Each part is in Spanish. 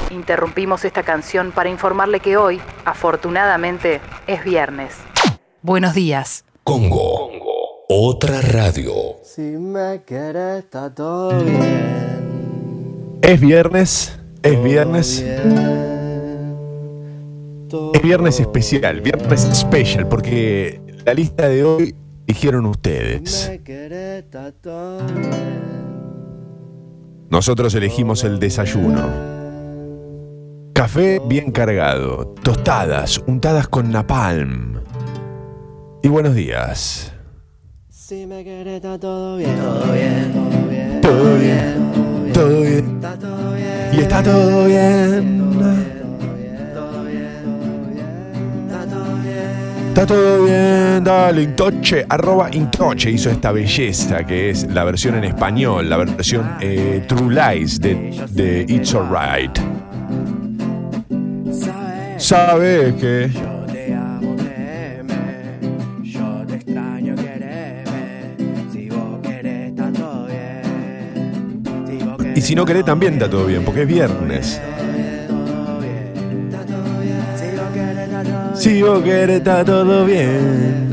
Interrumpimos esta canción para informarle que hoy, afortunadamente, es viernes. Buenos días. Congo. Otra radio. Si me quieres, está todo bien. Es viernes. Es viernes especial, viernes special, porque la lista de hoy eligieron ustedes. Nosotros elegimos el desayuno. Café bien cargado, tostadas untadas con napalm. Y buenos días. Si me quieres, está todo bien. Todo bien, todo bien, todo bien. Está todo bien. Y está todo bien. Está todo bien, dale, Intoche, @Intoche hizo esta belleza que es la versión en español, la versión True Lies de It's Alright. ¿Sabes qué? Yo te amo, créeme. Yo te extraño, quereme. Si vos querés, está todo bien. Y si no querés también está todo bien, porque es viernes. Si vos querés, está todo bien.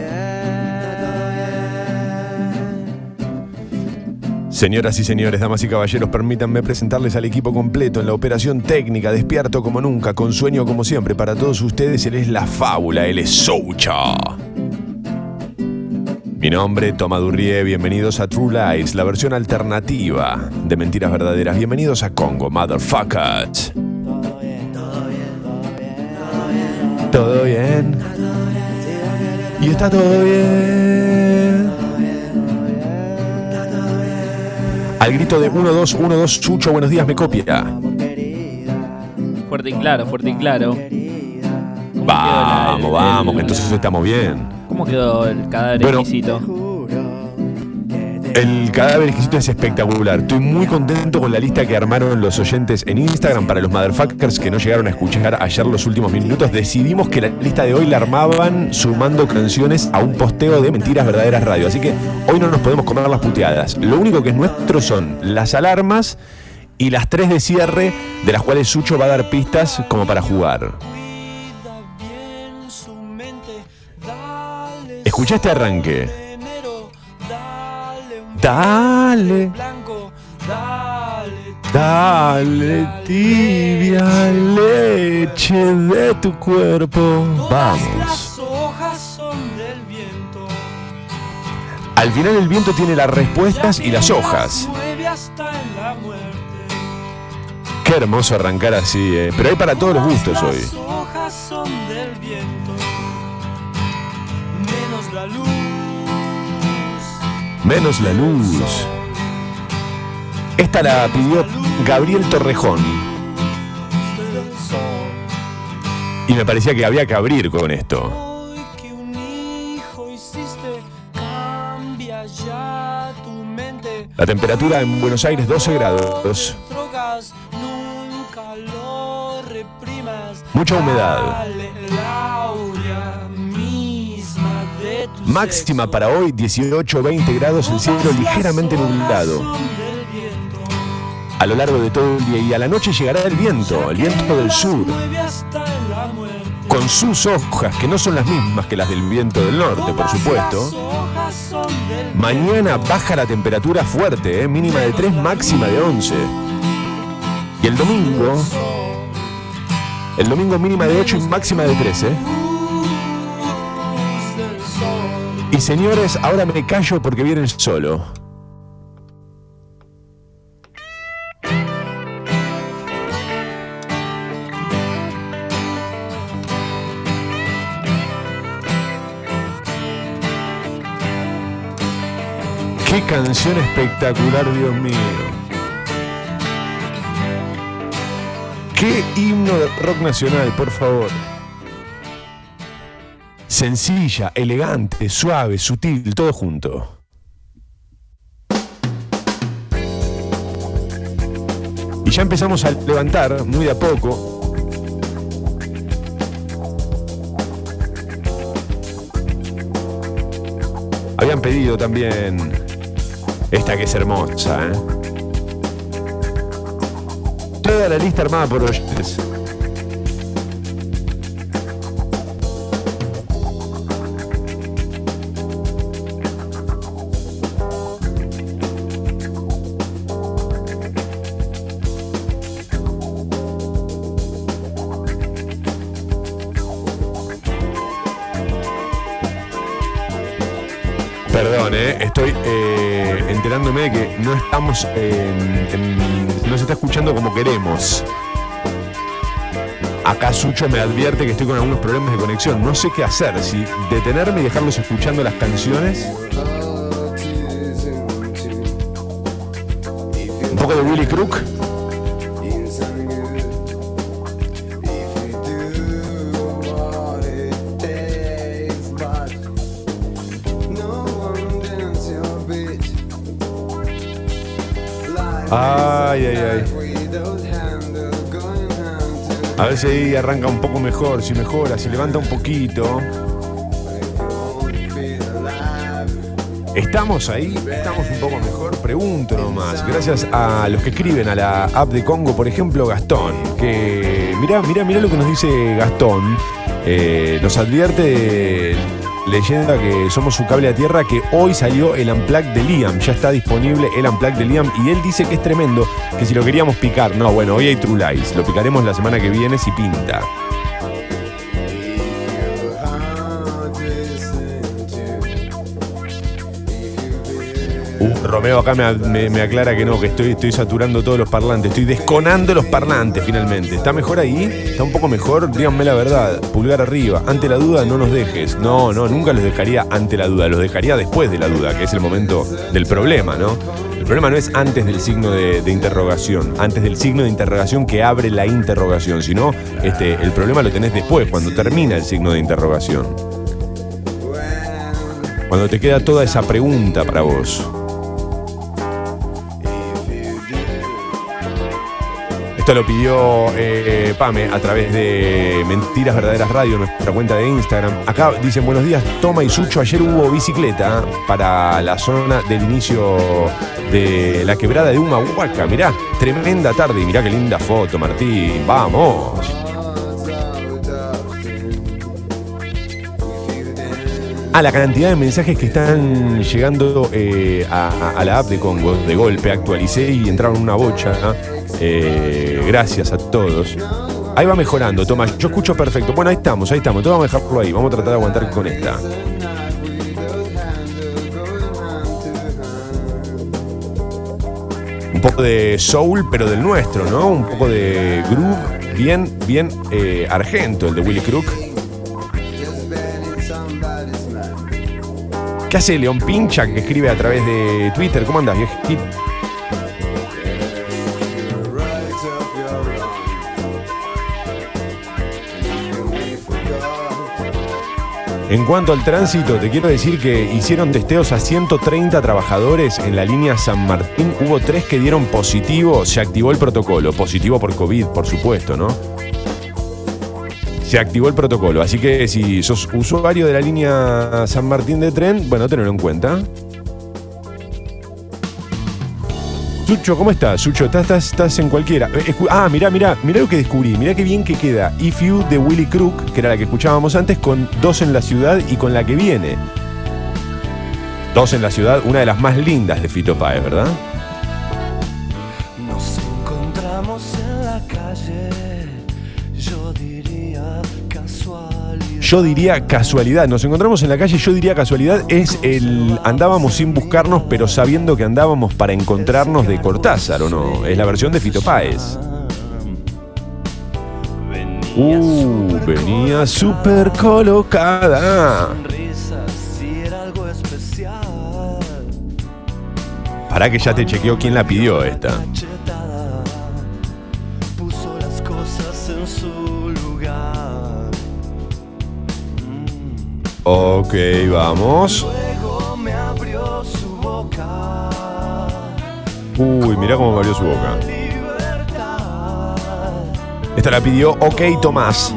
Señoras y señores, damas y caballeros, permítanme presentarles al equipo completo en la operación técnica, despierto como nunca, con sueño como siempre. Para todos ustedes, él es la fábula, él es Soucha. Mi nombre, Toma Durrié, bienvenidos a True Lies, la versión alternativa de Mentiras Verdaderas. Bienvenidos a Congo, motherfuckers. Todo bien. Y está todo bien. Al grito de 1, 2, 1, 2, Chucho, buenos días, me copia. Fuerte y claro, fuerte y claro. Vamos, que entonces estamos bien. ¿Cómo quedó el cadáver exquisito? El cadáver exquisito es espectacular. Estoy muy contento con la lista que armaron los oyentes en Instagram. Para los motherfuckers que no llegaron a escuchar ayer los últimos minutos, decidimos que la lista de hoy la armaban sumando canciones a un posteo de Mentiras Verdaderas Radio. Así que hoy no nos podemos comer las puteadas. Lo único que es nuestro son las alarmas y las 3 de cierre, de las cuales Sucho va a dar pistas como para jugar. Escucha este arranque. Dale, dale tibia leche de tu cuerpo. Vamos. Al final el viento tiene las respuestas y las hojas. Qué hermoso arrancar así, pero hay para todos los gustos hoy. Menos la luz. Esta la pidió Gabriel Torrejón. Y me parecía que había que abrir con esto. La temperatura en Buenos Aires 12 grados. Mucha humedad. Máxima para hoy 18-20 grados, el cielo ligeramente nublado. A lo largo de todo el día y a la noche llegará el viento del sur, con sus hojas que no son las mismas que las del viento del norte, por supuesto. Mañana baja la temperatura fuerte, mínima de 3, máxima de 11. Y el domingo mínima de 8 y máxima de 13. Y señores, ahora me callo porque viene el solo. Qué canción espectacular, Dios mío. Qué himno de rock nacional, por favor. Sencilla, elegante, suave, sutil, todo junto. Y ya empezamos a levantar, muy de a poco. Habían pedido también esta que es hermosa, ¿eh? toda la lista armada por oyentes. Perdón, estoy enterándome de que no estamos no se está escuchando como queremos. Acá Sucho me advierte que estoy con algunos problemas de conexión. No sé qué hacer, si detenerme y dejarlos escuchando las canciones. Un poco de Willy Crook. Ay, ay, ay. A ver si ahí arranca un poco mejor, si mejora, si levanta un poquito. ¿Estamos ahí? ¿Estamos un poco mejor? Pregunto nomás. Gracias a los que escriben a la app de Congo, por ejemplo, Gastón. Que mirá lo que nos dice Gastón. Nos advierte leyenda que somos su cable a tierra, que hoy salió el Unplugged de Liam. Ya está disponible el Unplugged de Liam y él dice que es tremendo, que si lo queríamos picar, no, bueno, hoy hay True Lies, lo picaremos la semana que viene si pinta. Romeo acá me aclara que no, que estoy saturando todos los parlantes, estoy desconando los parlantes finalmente. ¿Está mejor ahí? ¿Está un poco mejor? Díganme la verdad, pulgar arriba. Ante la duda no nos dejes. No, nunca los dejaría ante la duda, los dejaría después de la duda, que es el momento del problema, ¿no? El problema no es antes del signo de interrogación, antes del signo de interrogación que abre la interrogación, sino el problema lo tenés después, cuando termina el signo de interrogación. Cuando te queda toda esa pregunta para vos. Esto lo pidió Pame a través de Mentiras Verdaderas Radio, nuestra cuenta de Instagram. Acá dicen: buenos días, Toma y Sucho. Ayer hubo bicicleta para la zona del inicio de la quebrada de Humahuaca. Mirá, tremenda tarde y mirá qué linda foto, Martín. ¡Vamos! La cantidad de mensajes que están llegando a la app de Congo. De golpe actualicé y entraron una bocha. Gracias a todos. Ahí va mejorando, Tomás. Yo escucho perfecto. Bueno, ahí estamos. Entonces vamos a dejarlo ahí. Vamos a tratar de aguantar con esta. Un poco de soul, pero del nuestro, ¿no? Un poco de groove bien argento, el de Willy Crook. ¿Qué hace León Pincha, que escribe a través de Twitter? ¿Cómo andás, viejito? En cuanto al tránsito, te quiero decir que hicieron testeos a 130 trabajadores en la línea San Martín. Hubo 3 que dieron positivo. Se activó el protocolo. Positivo por COVID, por supuesto, ¿no? Se activó el protocolo. Así que si sos usuario de la línea San Martín de tren, bueno, tenelo en cuenta. Sucho, ¿cómo estás? Sucho, estás en cualquiera. Mirá lo que descubrí. Mirá qué bien que queda If You de Willy Crook, que era la que escuchábamos antes, con Dos en la Ciudad y con la que viene. Dos en la Ciudad, una de las más lindas de Fito Páez, ¿verdad? Nos encontramos en la calle, yo diría casualidad. Nos encontramos en la calle, yo diría casualidad. Es el andábamos sin buscarnos, pero sabiendo que andábamos para encontrarnos de Cortázar, ¿o no? Es la versión de Fito Páez. Venía súper colocada. Pará que ya te chequeo quién la pidió esta. Ok, vamos. Uy, mirá cómo abrió su boca. Esta la pidió OK Tomás.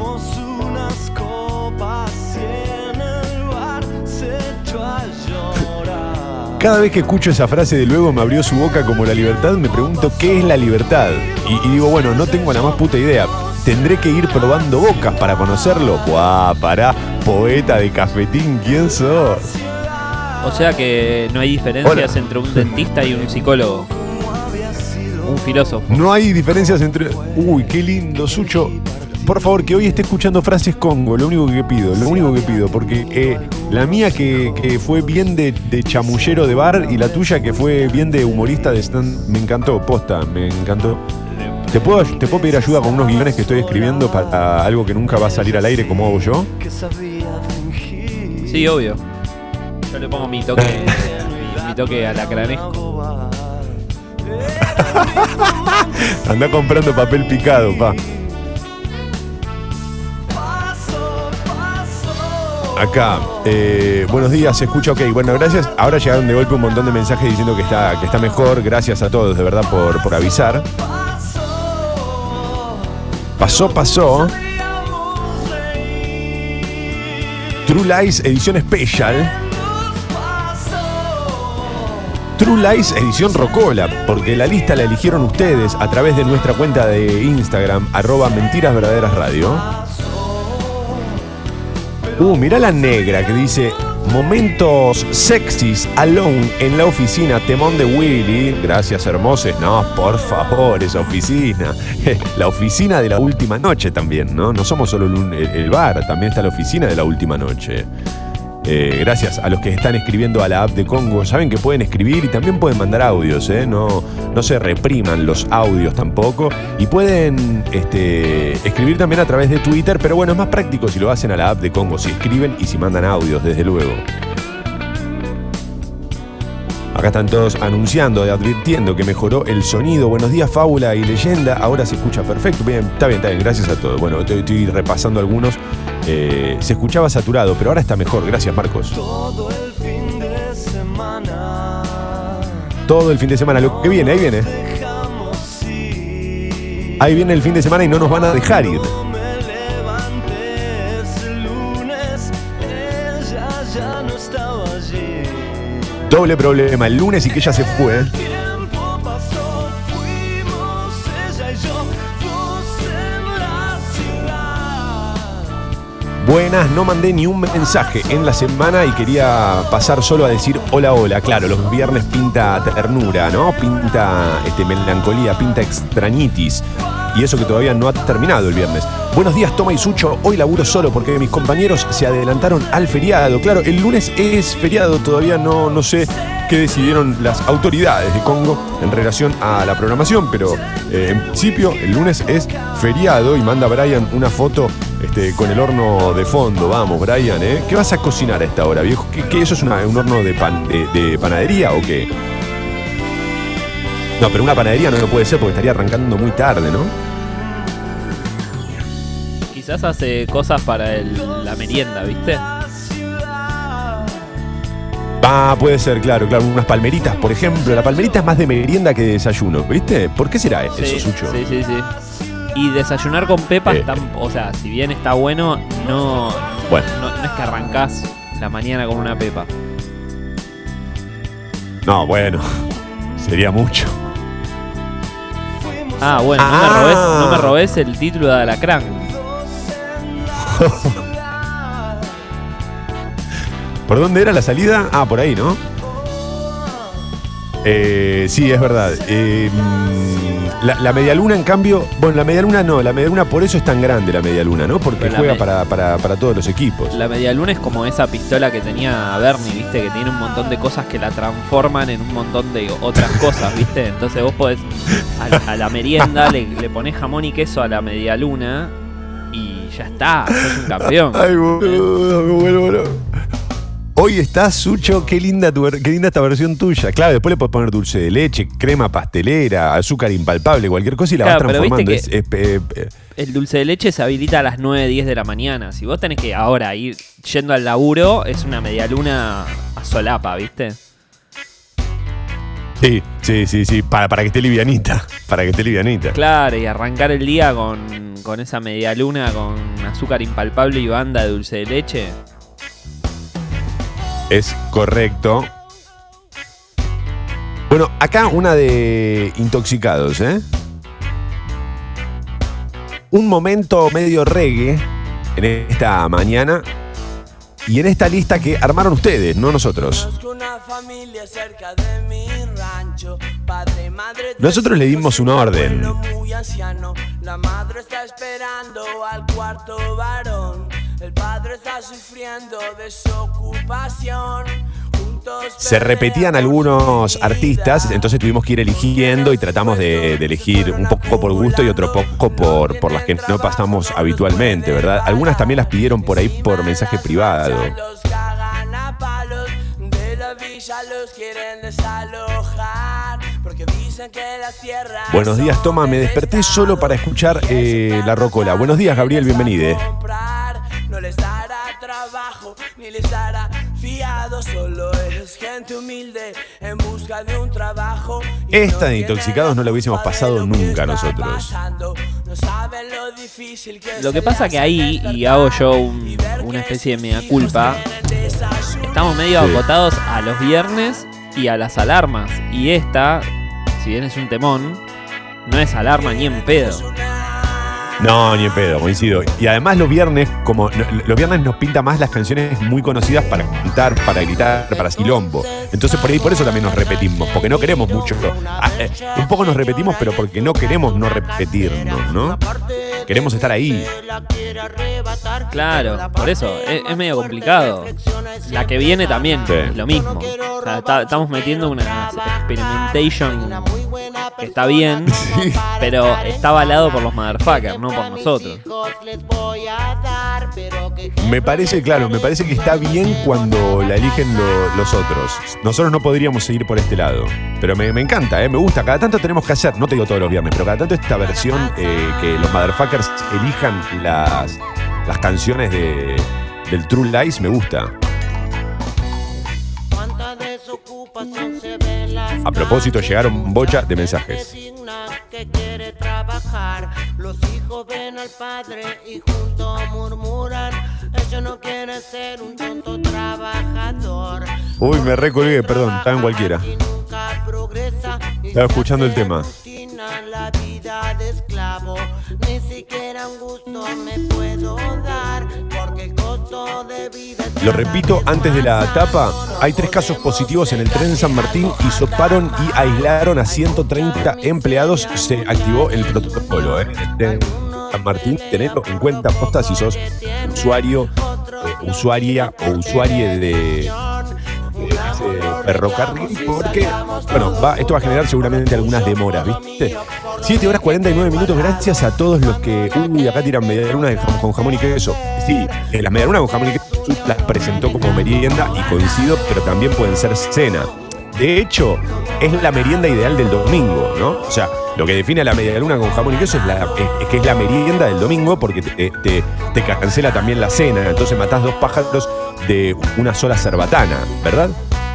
Cada vez que escucho esa frase de luego me abrió su boca como la libertad, me pregunto qué es la libertad. Y digo, bueno, no tengo la más puta idea. Tendré que ir probando bocas para conocerlo. Buah, pará, poeta de cafetín, ¿quién sos? O sea que no hay diferencias entre un dentista y un psicólogo. Un filósofo. No hay diferencias entre... Uy, qué lindo, Sucho. Por favor, que hoy esté escuchando frases Congo, lo único que pido, porque la mía que fue bien de chamullero de bar y la tuya que fue bien de humorista de stand, me encantó, posta, me encantó. ¿Te puedo pedir ayuda con unos guiones que estoy escribiendo para algo que nunca va a salir al aire como hago yo? Sí, obvio. Yo le pongo mi toque alacranesco. Andá comprando papel picado, pa. Acá, buenos días, se escucha ok. Bueno, gracias. Ahora llegaron de golpe un montón de mensajes diciendo que está mejor. Gracias a todos, de verdad, por avisar. Pasó. True Lies edición especial. True Lies edición Rocola, porque la lista la eligieron ustedes a través de nuestra cuenta de Instagram, @mentirasverdaderasradio. Mirá la negra que dice momentos sexys alone en la oficina, temón de Willy. Gracias, hermosos. No, por favor, esa oficina. La oficina de la última noche también, ¿no? No somos solo el bar, también está la oficina de la última noche. Gracias a los que están escribiendo a la app de Congo. Saben que pueden escribir y también pueden mandar audios, no se repriman los audios tampoco. Y pueden escribir también a través de Twitter, pero bueno, es más práctico si lo hacen a la app de Congo, si escriben y si mandan audios, desde luego. Acá están todos anunciando y advirtiendo que mejoró el sonido. Buenos días, Fábula y Leyenda. Ahora se escucha perfecto. Bien, está bien. Gracias a todos. Bueno, estoy repasando algunos. Se escuchaba saturado, pero ahora está mejor. Gracias, Marcos. Todo el fin de semana. Lo que viene, ahí viene. Ahí viene el fin de semana y no nos van a dejar ir. Doble problema, el lunes y que ella se fue. Buenas, no mandé ni un mensaje en la semana y quería pasar solo a decir hola. Claro, los viernes pinta ternura, ¿no? Pinta melancolía, pinta extrañitis. Y eso que todavía no ha terminado el viernes. Buenos días, Toma y Sucho. Hoy laburo solo porque mis compañeros se adelantaron al feriado. Claro, el lunes es feriado, todavía no sé qué decidieron las autoridades de Congo en relación a la programación, pero en principio el lunes es feriado y manda Brian una foto con el horno de fondo. Vamos, Brian, ¿eh? ¿Qué vas a cocinar a esta hora, viejo? ¿Qué eso es un horno de panadería o qué? No, pero una panadería no lo puede ser porque estaría arrancando muy tarde, ¿no? Quizás hace cosas para la merienda, ¿viste? Puede ser, claro, unas palmeritas, por ejemplo. La palmerita es más de merienda que de desayuno, ¿viste? ¿Por qué será eso, Sucho? Sí. Y desayunar con pepas, o sea, si bien está bueno, no es que arrancás la mañana con una pepa. No, bueno, sería mucho. Bueno, no me robes el título de Alacrán. ¿Por dónde era la salida? Por ahí, ¿no? Sí, es verdad. La medialuna, en cambio... Bueno, la medialuna por eso es tan grande la medialuna, ¿no? Porque juega para todos los equipos. La medialuna es como esa pistola que tenía Bernie, ¿viste? Que tiene un montón de cosas que la transforman en un montón de otras cosas, ¿viste? Entonces vos podés... A la merienda le ponés jamón y queso a la medialuna y ya está, sos un campeón. Ay, boludo. Hoy está, Sucho, qué linda esta versión tuya. Claro, después le puedes poner dulce de leche, crema pastelera, azúcar impalpable, cualquier cosa y la vas transformando. El dulce de leche se habilita a las 9, 10 de la mañana. Si vos tenés que ahora ir yendo al laburo, es una medialuna a solapa, ¿viste? Sí, para que esté livianita. Claro, y arrancar el día con esa medialuna con azúcar impalpable y banda de dulce de leche. Es correcto. Bueno, acá una de Intoxicados, ¿eh? Un momento medio reggae en esta mañana y en esta lista que armaron ustedes, no nosotros. Nosotros le dimos un orden. La madre está esperando al cuarto varón. El padre está sufriendo desocupación. Se repetían algunos artistas, entonces tuvimos que ir eligiendo y tratamos de elegir un poco por gusto y otro poco por las que no pasamos habitualmente, ¿verdad? Algunas también las pidieron por ahí por mensaje privado. Buenos días, Toma, me desperté solo para escuchar La Rocola. Buenos días, Gabriel, bienvenido. No les dará trabajo ni les dará fiado, solo es gente humilde en busca de un trabajo. Esta de Intoxicados no la hubiésemos pasado nunca nosotros. Lo que pasa que ahí, y hago yo una especie de mea culpa, estamos medio acotados a los viernes y a las alarmas. Y esta, si bien es un temón, no es alarma ni en pedo. No, ni en pedo, coincido. Y además los viernes nos pinta más las canciones muy conocidas para cantar, para gritar, para quilombo. Entonces por eso también nos repetimos, porque no queremos mucho. Un poco nos repetimos, pero porque no queremos no repetirnos, ¿no? Queremos estar ahí. Claro, por eso, es medio complicado. La que viene también es lo mismo. O sea, estamos metiendo una experimentation que está bien, sí, pero está avalado por los motherfuckers, no por nosotros. Me parece que está bien cuando la eligen los otros. Nosotros no podríamos seguir por este lado. Pero me encanta, me gusta. Cada tanto tenemos que hacer, no te digo todos los viernes, pero cada tanto esta versión que los motherfuckers elijan las canciones del True Lies me gusta. A propósito, llegaron bocha de mensajes. Los hijos ven al padre y juntos murmuran, ella no quiere ser un tonto trabajador. Uy, me recolgué, perdón, estaba en cualquiera. Estaba escuchando el tema. La vida de esclavo, ni siquiera un gusto me puedo dar, porque el costo de vida. Lo repito, antes de la tapa, hay 3 casos positivos en el tren San Martín, hisoparon y aislaron a 130 empleados. Se activó el protocolo, San Martín, tenedlo en cuenta, posta, si sos usuario, usuaria o usuarie de ese ferrocarril, porque, bueno, esto va a generar seguramente algunas demoras, ¿viste? 7 horas 49 minutos, gracias a todos los que... acá tiran medialunas con jamón y queso. Sí, las medialunas con jamón y queso las presentó como merienda y coincido, pero también pueden ser cena. De hecho, es la merienda ideal del domingo, ¿no? O sea, lo que define a la medialuna con jamón y queso es que es la merienda del domingo, porque te cancela también la cena. Entonces matás 2 pájaros de una sola cerbatana, ¿verdad?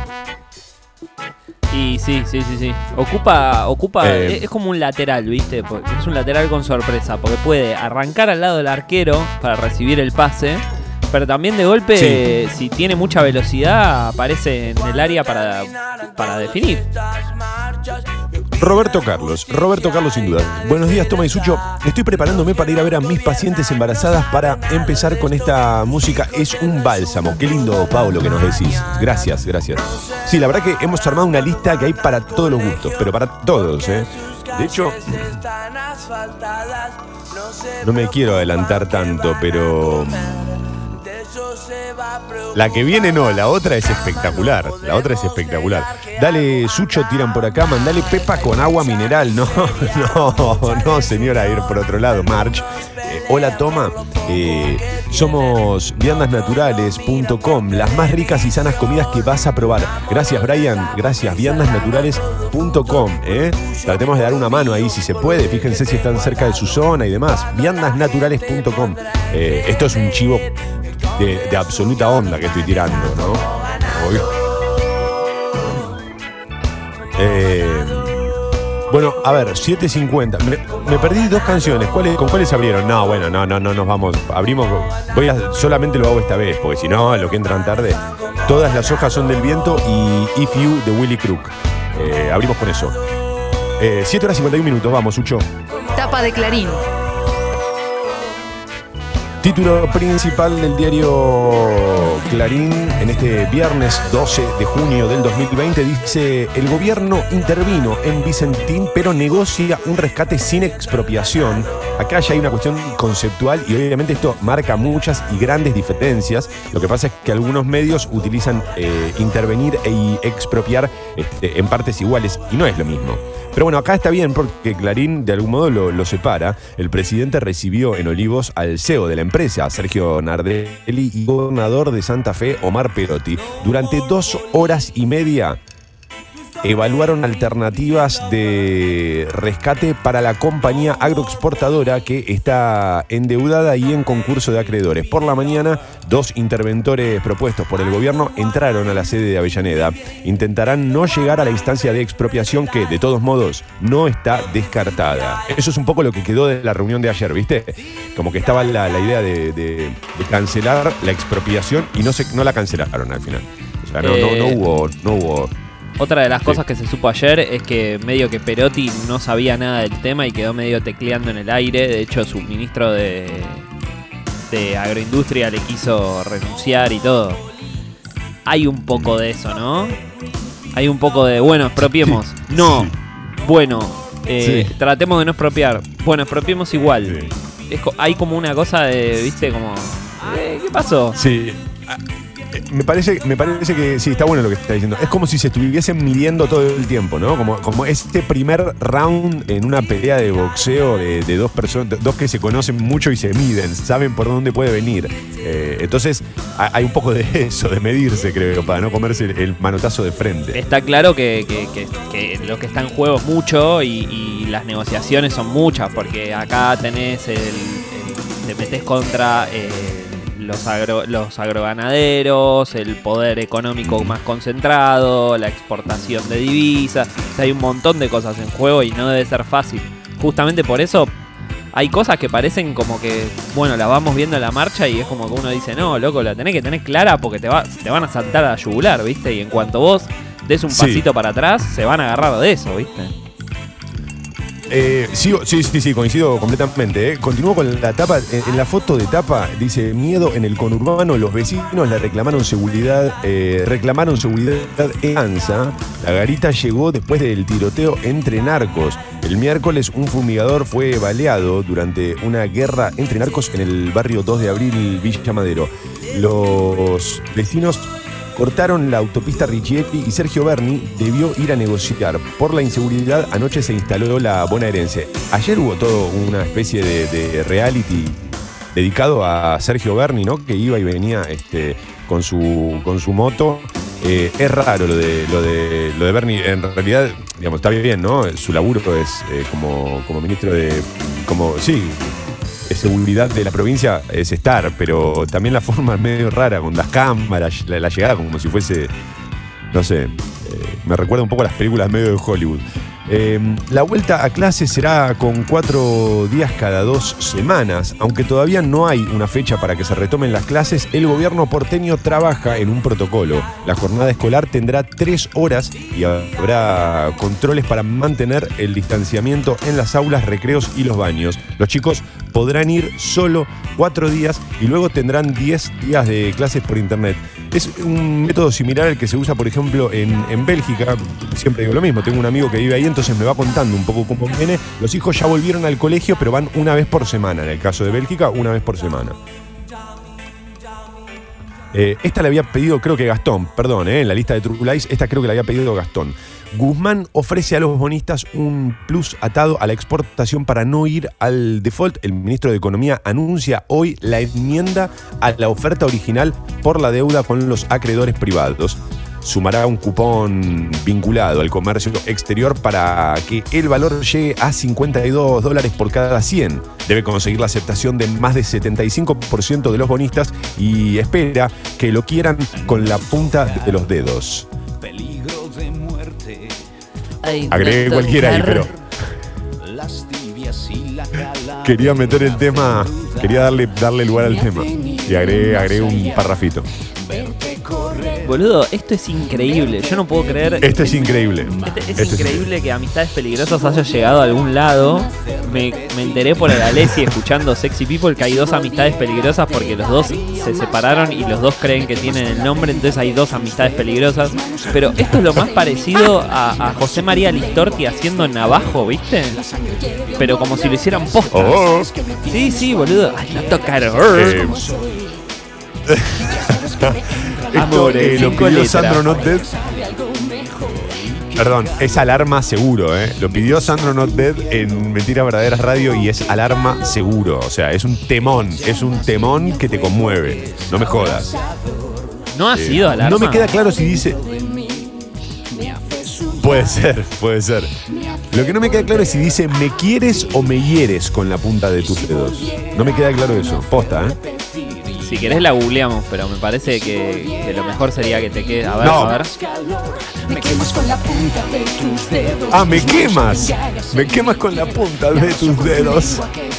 Y sí. Ocupa es como un lateral, ¿viste? Porque es un lateral con sorpresa, porque puede arrancar al lado del arquero para recibir el pase, pero también de golpe, sí, si tiene mucha velocidad, aparece en el área para definir. Roberto Carlos sin duda. Buenos días, Toma y Sucho. Estoy preparándome para ir a ver a mis pacientes embarazadas para empezar con esta música. Es un bálsamo. Qué lindo, Pablo, que nos decís. Gracias. Sí, la verdad que hemos armado una lista que hay para todos los gustos, pero para todos, De hecho, no me quiero adelantar tanto, pero... La que viene no, la otra es espectacular. Dale, Sucho, tiran por acá, mandale pepa con agua mineral. No, señora, ir por otro lado. March, hola, Toma. Somos viandasnaturales.com, las más ricas y sanas comidas que vas a probar. Gracias, Brian, gracias, viandasnaturales.com. Tratemos de dar una mano ahí si se puede. Fíjense si están cerca de su zona y demás. Viandasnaturales.com. Esto es un chivo de absoluta onda que estoy tirando, ¿no? Bueno, a ver, 7:50. Me perdí 2 canciones. ¿Con cuáles abrieron? No, bueno, no nos vamos. Abrimos. Solamente lo hago esta vez, porque si no, lo que entran tarde. Todas las hojas son del viento y If You de Willy Crook. Abrimos con eso. 7 horas 51 minutos, vamos, Sucho. Tapa de Clarín. Título principal del diario Clarín en este viernes 12 de junio del 2020 dice: el gobierno intervino en Vicentín pero negocia un rescate sin expropiación. Acá ya hay una cuestión conceptual y obviamente esto marca muchas y grandes diferencias. Lo que pasa es que algunos medios utilizan intervenir e expropiar en partes iguales y no es lo mismo. Pero bueno, acá está bien porque Clarín de algún modo lo separa. El presidente recibió en Olivos al CEO de la empresa, Sergio Nardelli, y gobernador de Santa Fe, Omar Perotti. Durante 2 horas y media evaluaron alternativas de rescate para la compañía agroexportadora que está endeudada y en concurso de acreedores. Por la mañana, 2 interventores propuestos por el gobierno entraron a la sede de Avellaneda. Intentarán no llegar a la instancia de expropiación que, de todos modos, no está descartada. Eso es un poco lo que quedó de la reunión de ayer, ¿viste? Como que estaba la idea de cancelar la expropiación y no la cancelaron al final. O sea, no hubo. Otra de las cosas que se supo ayer es que medio que Perotti no sabía nada del tema y quedó medio tecleando en el aire. De hecho, su ministro de Agroindustria le quiso renunciar y todo. Hay un poco de eso, ¿no? Hay un poco de, bueno, expropiemos. Sí. No. Sí. Bueno, tratemos de no expropiar. Bueno, expropiemos igual. Sí. Hay como una cosa de, ¿viste? Como, ¿qué pasó? Sí. Me parece que sí, está bueno lo que está diciendo. Es como si se estuviesen midiendo todo el tiempo, ¿no? Como este primer round en una pelea de boxeo de 2 personas, 2 que se conocen mucho y se miden, saben por dónde puede venir. Entonces hay un poco de eso, de medirse, creo, para no comerse el manotazo de frente. Está claro que lo que está en juego es mucho y las negociaciones son muchas, porque acá tenés te metés contra los agroganaderos, el poder económico más concentrado, la exportación de divisas. O sea, hay un montón de cosas en juego y no debe ser fácil. Justamente por eso hay cosas que parecen como que, bueno, la vamos viendo en la marcha y es como que uno dice, no, loco, la tenés que tener clara porque te van a saltar a la yugular, ¿viste? Y en cuanto vos des un pasito para atrás, se van a agarrar de eso, ¿viste? Sí, coincido completamente. Continúo con la tapa. En la foto de tapa dice: miedo en el conurbano, los vecinos le reclamaron seguridad en Anza. La garita llegó después del tiroteo entre narcos. El miércoles un fumigador fue baleado durante una guerra entre narcos en el barrio 2 de Abril, Villa Madero. Los vecinos cortaron la autopista Richietti y Sergio Berni debió ir a negociar. Por la inseguridad, anoche se instaló la bonaerense. Ayer hubo todo una especie de reality dedicado a Sergio Berni, ¿no? Que iba y venía con su moto. Es raro lo de Berni. En realidad, digamos, está bien, ¿no? Su laburo es como ministro de seguridad de la provincia es estar, pero también la forma es medio rara con las cámaras, la llegada como si fuese, no sé, me recuerda un poco a las películas medio de Hollywood. La vuelta a clase será con 4 días cada 2 semanas. Aunque todavía no hay una fecha para que se retomen las clases, el gobierno porteño trabaja en un protocolo. La jornada escolar tendrá 3 horas y habrá controles para mantener el distanciamiento en las aulas, recreos y los baños. Los chicos podrán ir solo 4 días y luego tendrán 10 días de clases por internet. Es un método similar al que se usa, por ejemplo, en Bélgica. Siempre digo lo mismo, tengo un amigo que vive ahí, entonces me va contando un poco cómo viene. Los hijos ya volvieron al colegio, pero van una vez por semana. En el caso de Bélgica, una vez por semana. Esta la había pedido, creo que Gastón, perdón, en la lista de True Lies, esta creo que la había pedido Gastón. Guzmán ofrece a los bonistas un plus atado a la exportación para no ir al default. El ministro de Economía anuncia hoy la enmienda a la oferta original por la deuda con los acreedores privados. Sumará un cupón vinculado al comercio exterior para que el valor llegue a $52 por cada 100. Debe conseguir la aceptación de más de 75% de los bonistas y espera que lo quieran con la punta de los dedos. Agregué cualquiera ahí, pero quería meter el tema, quería darle lugar al tema y agregué un parrafito. Verte correr Boludo, esto es increíble. Yo no puedo creer. Esto es increíble. Es increíble que Amistades Peligrosas haya llegado a algún lado. Me enteré por el Alessi escuchando Sexy People que hay 2 amistades peligrosas porque los 2 se separaron y los 2 creen que tienen el nombre, entonces hay 2 amistades peligrosas. Pero esto es lo más parecido a José María Listorti haciendo Navajo, ¿viste? Pero como si lo hicieran posta. Oh. Sí, boludo. Ay, no tocaron. Esto lo pidió Sandro Not Dead. Perdón, es Alarma seguro, Lo pidió Sandro Not Dead en Mentiras Verdaderas Radio y es Alarma seguro. O sea, es un temón que te conmueve. No me jodas. ¿No ha sido Alarma? No me queda claro si dice... Puede ser. Lo que no me queda claro es si dice ¿me quieres o me hieres con la punta de tus dedos? No me queda claro eso. Posta, Si querés la googleamos, pero me parece que lo mejor sería que te quedes. A ver, no. a ver. Me quemas con la punta de tus dedos. Ah, me quemas. Me quemas con la punta de tus dedos.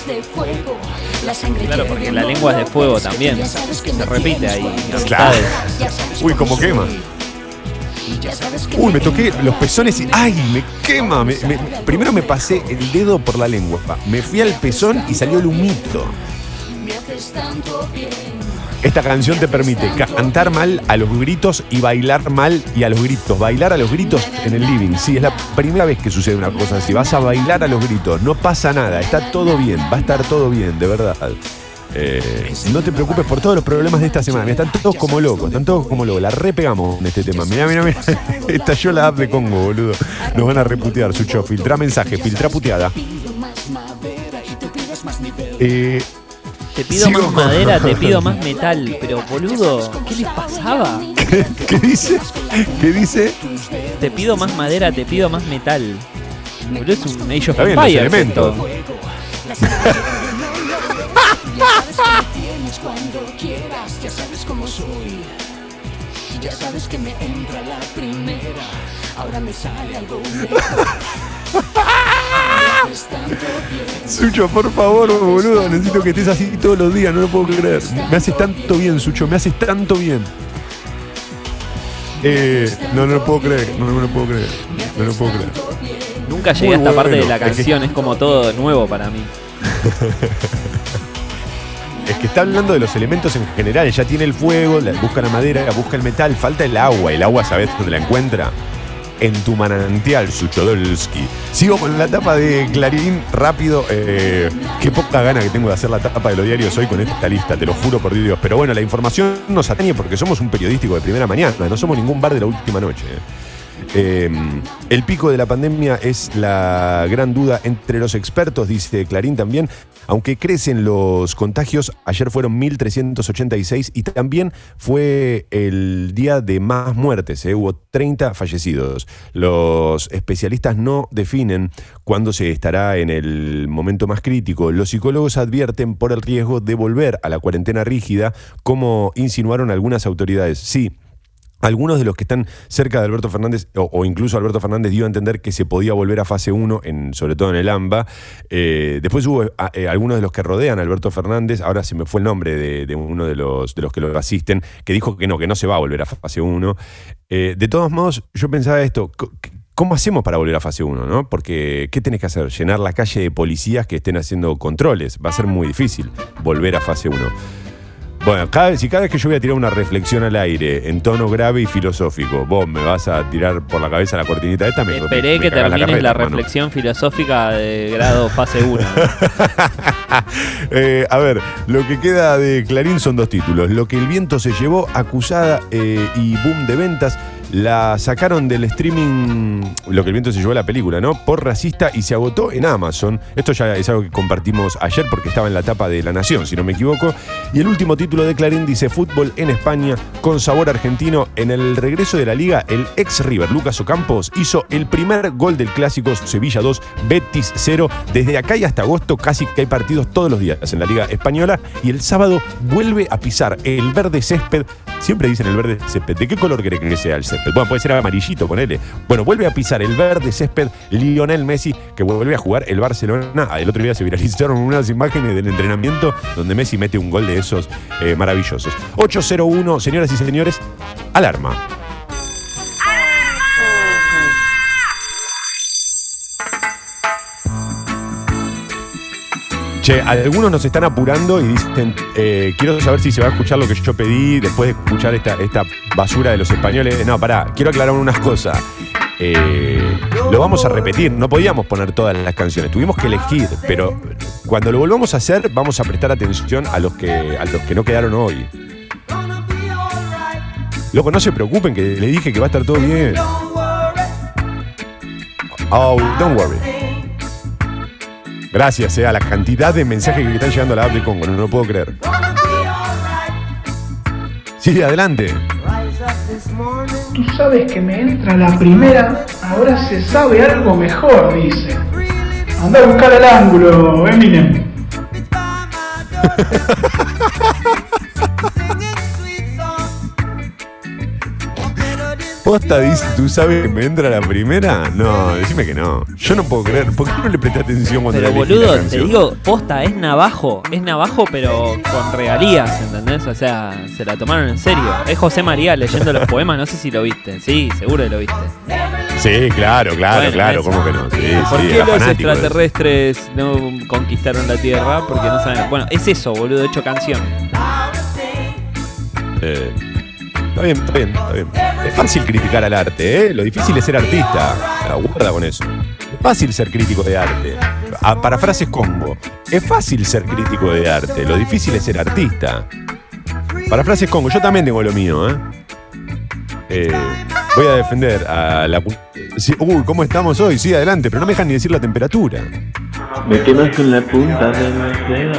Claro, porque la lengua es de fuego también. Se repite ahí. Claro. Uy, cómo quema. Uy, me toqué los pezones y ¡ay! Me quema. Primero me pasé el dedo por la lengua. Me fui al pezón y salió el humito. Esta canción te permite cantar mal a los gritos y bailar mal y a los gritos. Bailar a los gritos en el living. Sí, es la primera vez que sucede una cosa así. Vas a bailar a los gritos. No pasa nada. Está todo bien. Va a estar todo bien, de verdad. No te preocupes por todos los problemas de esta semana. Mirá, están todos como locos. La repegamos en este tema. Mirá. Estalló la app de Congo, boludo. Nos van a reputear, Sucho. Filtrá mensaje, filtrá puteada. Te pido más madera, te pido más metal. Pero, boludo, ¿qué les pasaba? ¿Qué dice? ¿Qué dice? Te pido más madera, te pido más metal. Boludo, es un Age of Está bien, los Empires elementos. Cuando quieras, ya sabes cómo soy. Ya sabes que me entra la primera. Ahora me sale algo Sucho, por favor, boludo, necesito que estés así todos los días, no lo puedo creer. Me haces tanto bien, Sucho, me haces tanto bien. No lo puedo creer, no lo puedo creer. Nunca llegué a esta parte de la canción, es como todo nuevo para mí. Es que está hablando de los elementos en general. Ya tiene el fuego, busca la madera, busca el metal, falta el agua. El agua, ¿sabés dónde la encuentra? En tu manantial, Suchodolski. Sigo con la tapa de Clarín, rápido. Qué poca gana que tengo de hacer la tapa de los diarios hoy con esta lista, te lo juro por Dios. Pero bueno, la información nos atañe porque somos un periodístico de primera mañana, no somos ningún bar de la última noche. El pico de la pandemia es la gran duda entre los expertos, dice Clarín también. Aunque crecen los contagios, ayer fueron 1.386 y también fue el día de más muertes, hubo 30 fallecidos. Los especialistas no definen cuándo se estará en el momento más crítico. Los psicólogos advierten por el riesgo de volver a la cuarentena rígida, como insinuaron algunas autoridades. Sí. Algunos de los que están cerca de Alberto Fernández, o incluso Alberto Fernández, dio a entender que se podía volver a fase 1, sobre todo en el AMBA. Después hubo algunos de los que rodean a Alberto Fernández, ahora se me fue el nombre de uno de los que lo asisten, que dijo que no se va a volver a fase 1. De todos modos, yo pensaba esto, ¿cómo hacemos para volver a fase 1? ¿No? Porque, ¿qué tenés que hacer? Llenar la calle de policías que estén haciendo controles. Va a ser muy difícil volver a fase 1. Bueno, cada vez que yo voy a tirar una reflexión al aire en tono grave y filosófico, vos me vas a tirar por la cabeza la cortinita esta, esperé que termines la reflexión filosófica de grado fase 1. A ver, lo que queda de Clarín son 2 títulos. Lo que el viento se llevó, acusada y boom de ventas. La sacaron del streaming, lo que el viento se llevó la película, ¿no? Por racista y se agotó en Amazon. Esto ya es algo que compartimos ayer porque estaba en la tapa de La Nación, si no me equivoco. Y el último título de Clarín dice: fútbol en España con sabor argentino. En el regreso de la liga, el ex River, Lucas Ocampos, hizo el primer gol del clásico. Sevilla 2, Betis 0. Desde acá y hasta agosto casi que hay partidos todos los días en la liga española. Y el sábado vuelve a pisar el verde césped Siempre dicen el verde césped. ¿De qué color creen que sea el césped? Bueno, puede ser amarillito, ponele. Bueno, vuelve a pisar el verde césped Lionel Messi, que vuelve a jugar el Barcelona. El otro día se viralizaron unas imágenes del entrenamiento donde Messi mete un gol de esos maravillosos. 801, señoras y señores, alarma. Che, algunos nos están apurando y dicen, quiero saber si se va a escuchar lo que yo pedí después de escuchar esta basura de los españoles. No, pará, quiero aclarar unas cosas. Lo vamos a repetir, no podíamos poner todas las canciones, tuvimos que elegir, pero cuando lo volvamos a hacer vamos a prestar atención a los que no quedaron hoy. Loco, no se preocupen, que le dije que va a estar todo bien. Oh, don't worry. Gracias a la cantidad de mensajes que están llegando a la app de Congo, no lo puedo creer. Sí, adelante. Tú sabes que me entra la primera, ahora se sabe algo mejor, dice. Anda a buscar el ángulo, Eminem. Posta dice, ¿tú sabes que me entra la primera? No, decime que no. Yo no puedo creer. ¿Por qué no le presté atención cuando pero le elegí boludo, la canción? te digo, posta, es navajo pero con regalías, ¿entendés? O sea, se la tomaron en serio. Es José María leyendo los poemas, no sé si lo viste. Sí, seguro que lo viste. Sí, claro, Bueno, ¿cómo que no? Sí, ¿Por sí, qué era los fanático de eso. extraterrestres no conquistaron la Tierra? Porque no saben. Bueno, es eso, boludo, hecho canción. Está bien. Es fácil criticar al arte, ¿eh? Lo difícil es ser artista. Guarda con eso. Es fácil ser crítico de arte. Para frases Congo. Es fácil ser crítico de arte. Lo difícil es ser artista. Para frases Congo. Yo también tengo lo mío, ¿eh? Voy a defender a la... Sí, ¿cómo estamos hoy? Sí, adelante, pero no me dejan ni decir la temperatura. Me quemas con la punta de los dedos.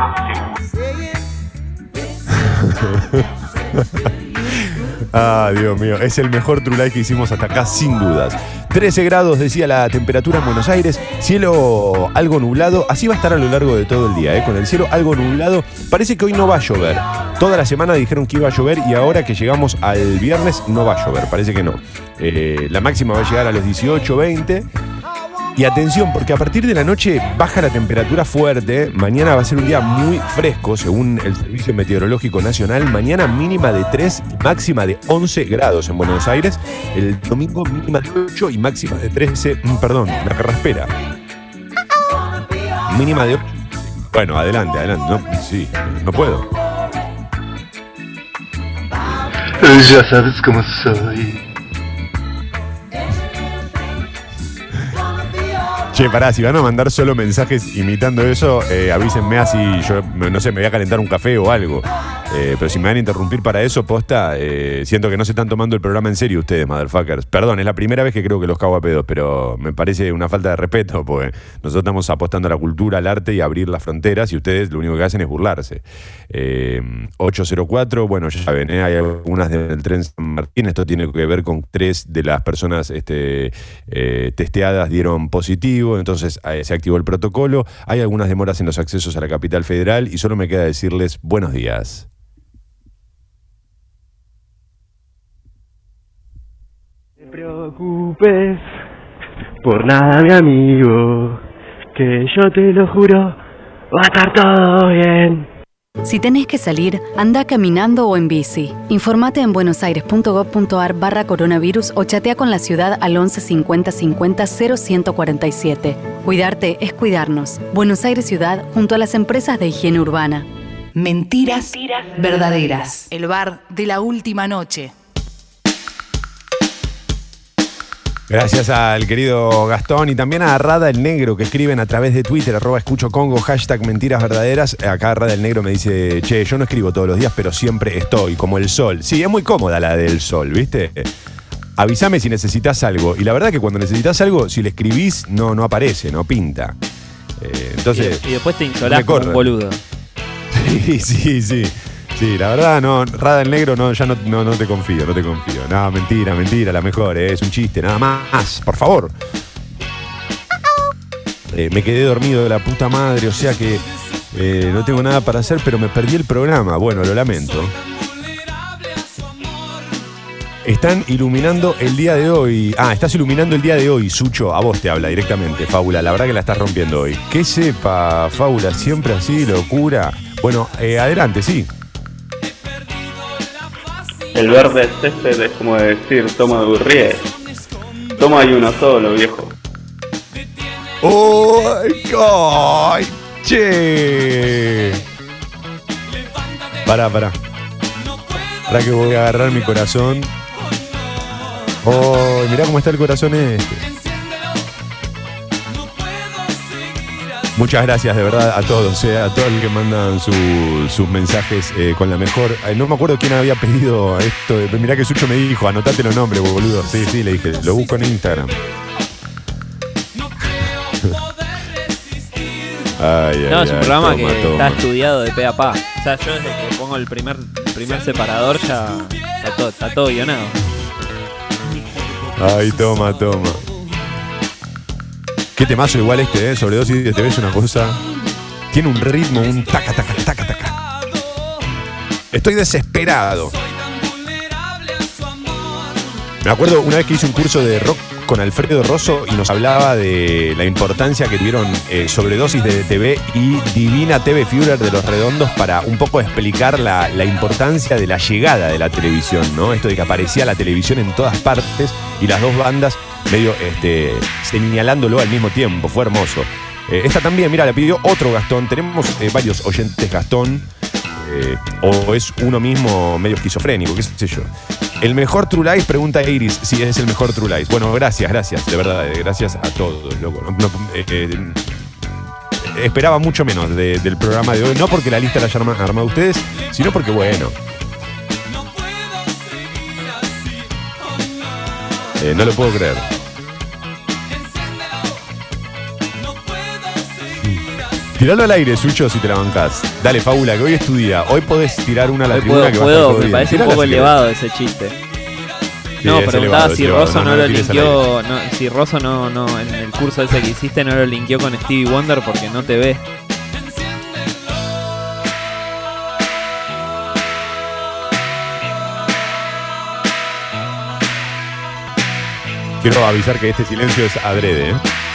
Ah, Dios mío, es el mejor True Life que hicimos hasta acá, sin dudas. 13 grados, decía la temperatura en Buenos Aires, cielo algo nublado, así va a estar a lo largo de todo el día, con el cielo algo nublado. Parece que hoy no va a llover. Toda la semana dijeron que iba a llover y ahora que llegamos al viernes no va a llover, parece que no. La máxima va a llegar a los 18, 20. Y atención, porque a partir de la noche baja la temperatura fuerte. Mañana va a ser un día muy fresco, según el Servicio Meteorológico Nacional. Mañana mínima de 3 y máxima de 11 grados en Buenos Aires. El domingo mínima de 8 y máxima de 13. Perdón, una carraspera. Mínima de 8. Bueno, adelante. No, sí, no puedo. Ya sabes cómo soy. Che, pará, si van a mandar solo mensajes imitando eso, avísenme así, yo, no sé, me voy a calentar un café o algo. Pero si me van a interrumpir para eso, posta, siento que no se están tomando el programa en serio ustedes, motherfuckers. Perdón, es la primera vez que creo que los cago a pedos, pero me parece una falta de respeto, porque nosotros estamos apostando a la cultura, al arte y a abrir las fronteras, y ustedes lo único que hacen es burlarse. 804, bueno, ya saben, hay algunas del tren San Martín, esto tiene que ver con 3 de las personas testeadas dieron positivo, entonces se activó el protocolo, hay algunas demoras en los accesos a la capital federal y solo me queda decirles buenos días. No te preocupes por nada, mi amigo, que yo te lo juro, va a estar todo bien. Si tenés que salir, anda caminando o en bici. Informate en buenosaires.gov.ar/coronavirus o chatea con la ciudad al 11 50 50 0147. Cuidarte es cuidarnos. Buenos Aires Ciudad junto a las empresas de higiene urbana. Mentiras verdaderas. El bar de la última noche. Gracias al querido Gastón y también a Rada el Negro, que escriben a través de Twitter, @escuchocongo, #mentiras verdaderas. Acá Rada el Negro me dice, che, yo no escribo todos los días, pero siempre estoy, como el sol. Sí, es muy cómoda la del sol, ¿viste? Avísame si necesitas algo. Y la verdad que cuando necesitas algo, si le escribís, no aparece, no pinta. Entonces, y después te insolás como un boludo. Sí. Sí, la verdad, no, Rada el Negro, no, ya no te confío. No, mentira, la mejor, es un chiste, nada más, por favor. Me quedé dormido de la puta madre, o sea que no tengo nada para hacer, pero me perdí el programa. Bueno, lo lamento. Están iluminando el día de hoy. Estás iluminando el día de hoy, Sucho. A vos te habla directamente, Fábula. La verdad que la estás rompiendo hoy. Que sepa, Fábula, siempre así, locura. Bueno, adelante, sí. El verde césped es como decir, toma de Urrié. Toma hay uno solo, viejo. ¡Ay, che! Pará. Pará que voy a agarrar mi corazón. Mirá cómo está el corazón este. Muchas gracias de verdad a todos los que mandan sus mensajes con la mejor. No me acuerdo quién había pedido esto. Mirá que Sucho me dijo, anotate los nombres, boludo. Sí, le dije, lo busco en Instagram. Es un programa que está estudiado de pe a pa. O sea, yo desde que pongo el primer separador ya está todo guionado. Ay, toma. Qué temazo igual este, Sobredosis de TV es una cosa. Tiene un ritmo, un taca. Estoy desesperado. Me acuerdo una vez que hice un curso de rock con Alfredo Rosso y nos hablaba de la importancia que tuvieron Sobredosis de TV y Divina TV Führer de Los Redondos para un poco explicar la importancia de la llegada de la televisión, ¿no? Esto de que aparecía la televisión en todas partes y las dos bandas medio señalándolo al mismo tiempo. Fue hermoso. Esta también, mira, la pidió otro Gastón. Tenemos varios oyentes Gastón. O es uno mismo medio esquizofrénico, qué sé yo. ¿El mejor True Lies? Pregunta Iris si es el mejor True Lies. Bueno, gracias, de verdad, gracias a todos, loco. Esperaba mucho menos del programa de hoy, no porque la lista la hayan armado ustedes, sino porque, bueno. No lo puedo creer. Tiralo al aire, Sucho, si te la bancás. Dale, Fábula, que hoy es tu día. Hoy podés tirar una a la tribuna que va a estar todo me bien. parece un poco elevado ese chiste. Sí, no, preguntaba si Rosso no lo linkeó. Si Rosso no, en el curso ese que hiciste no lo linkeó con Stevie Wonder porque no te ve. Quiero avisar que este silencio es adrede,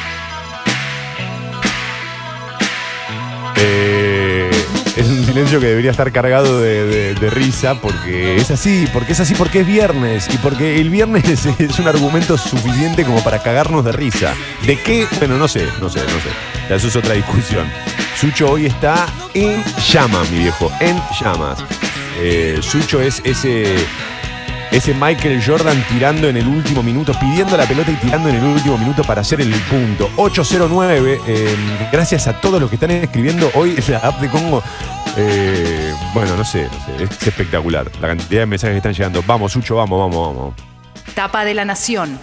Es un silencio que debería estar cargado de risa porque es así, porque es viernes y porque el viernes es un argumento suficiente como para cagarnos de risa. ¿De qué? Bueno, no sé. Ya eso es otra discusión. Sucho hoy está en llamas, mi viejo, en llamas. Sucho es ese Michael Jordan tirando en el último minuto, pidiendo la pelota y tirando en el último minuto para hacer el punto. 809, gracias a todos los que están escribiendo hoy en la app de Congo. Bueno, no sé, es espectacular la cantidad de mensajes que están llegando. Vamos, Sucho, vamos. Tapa de la Nación.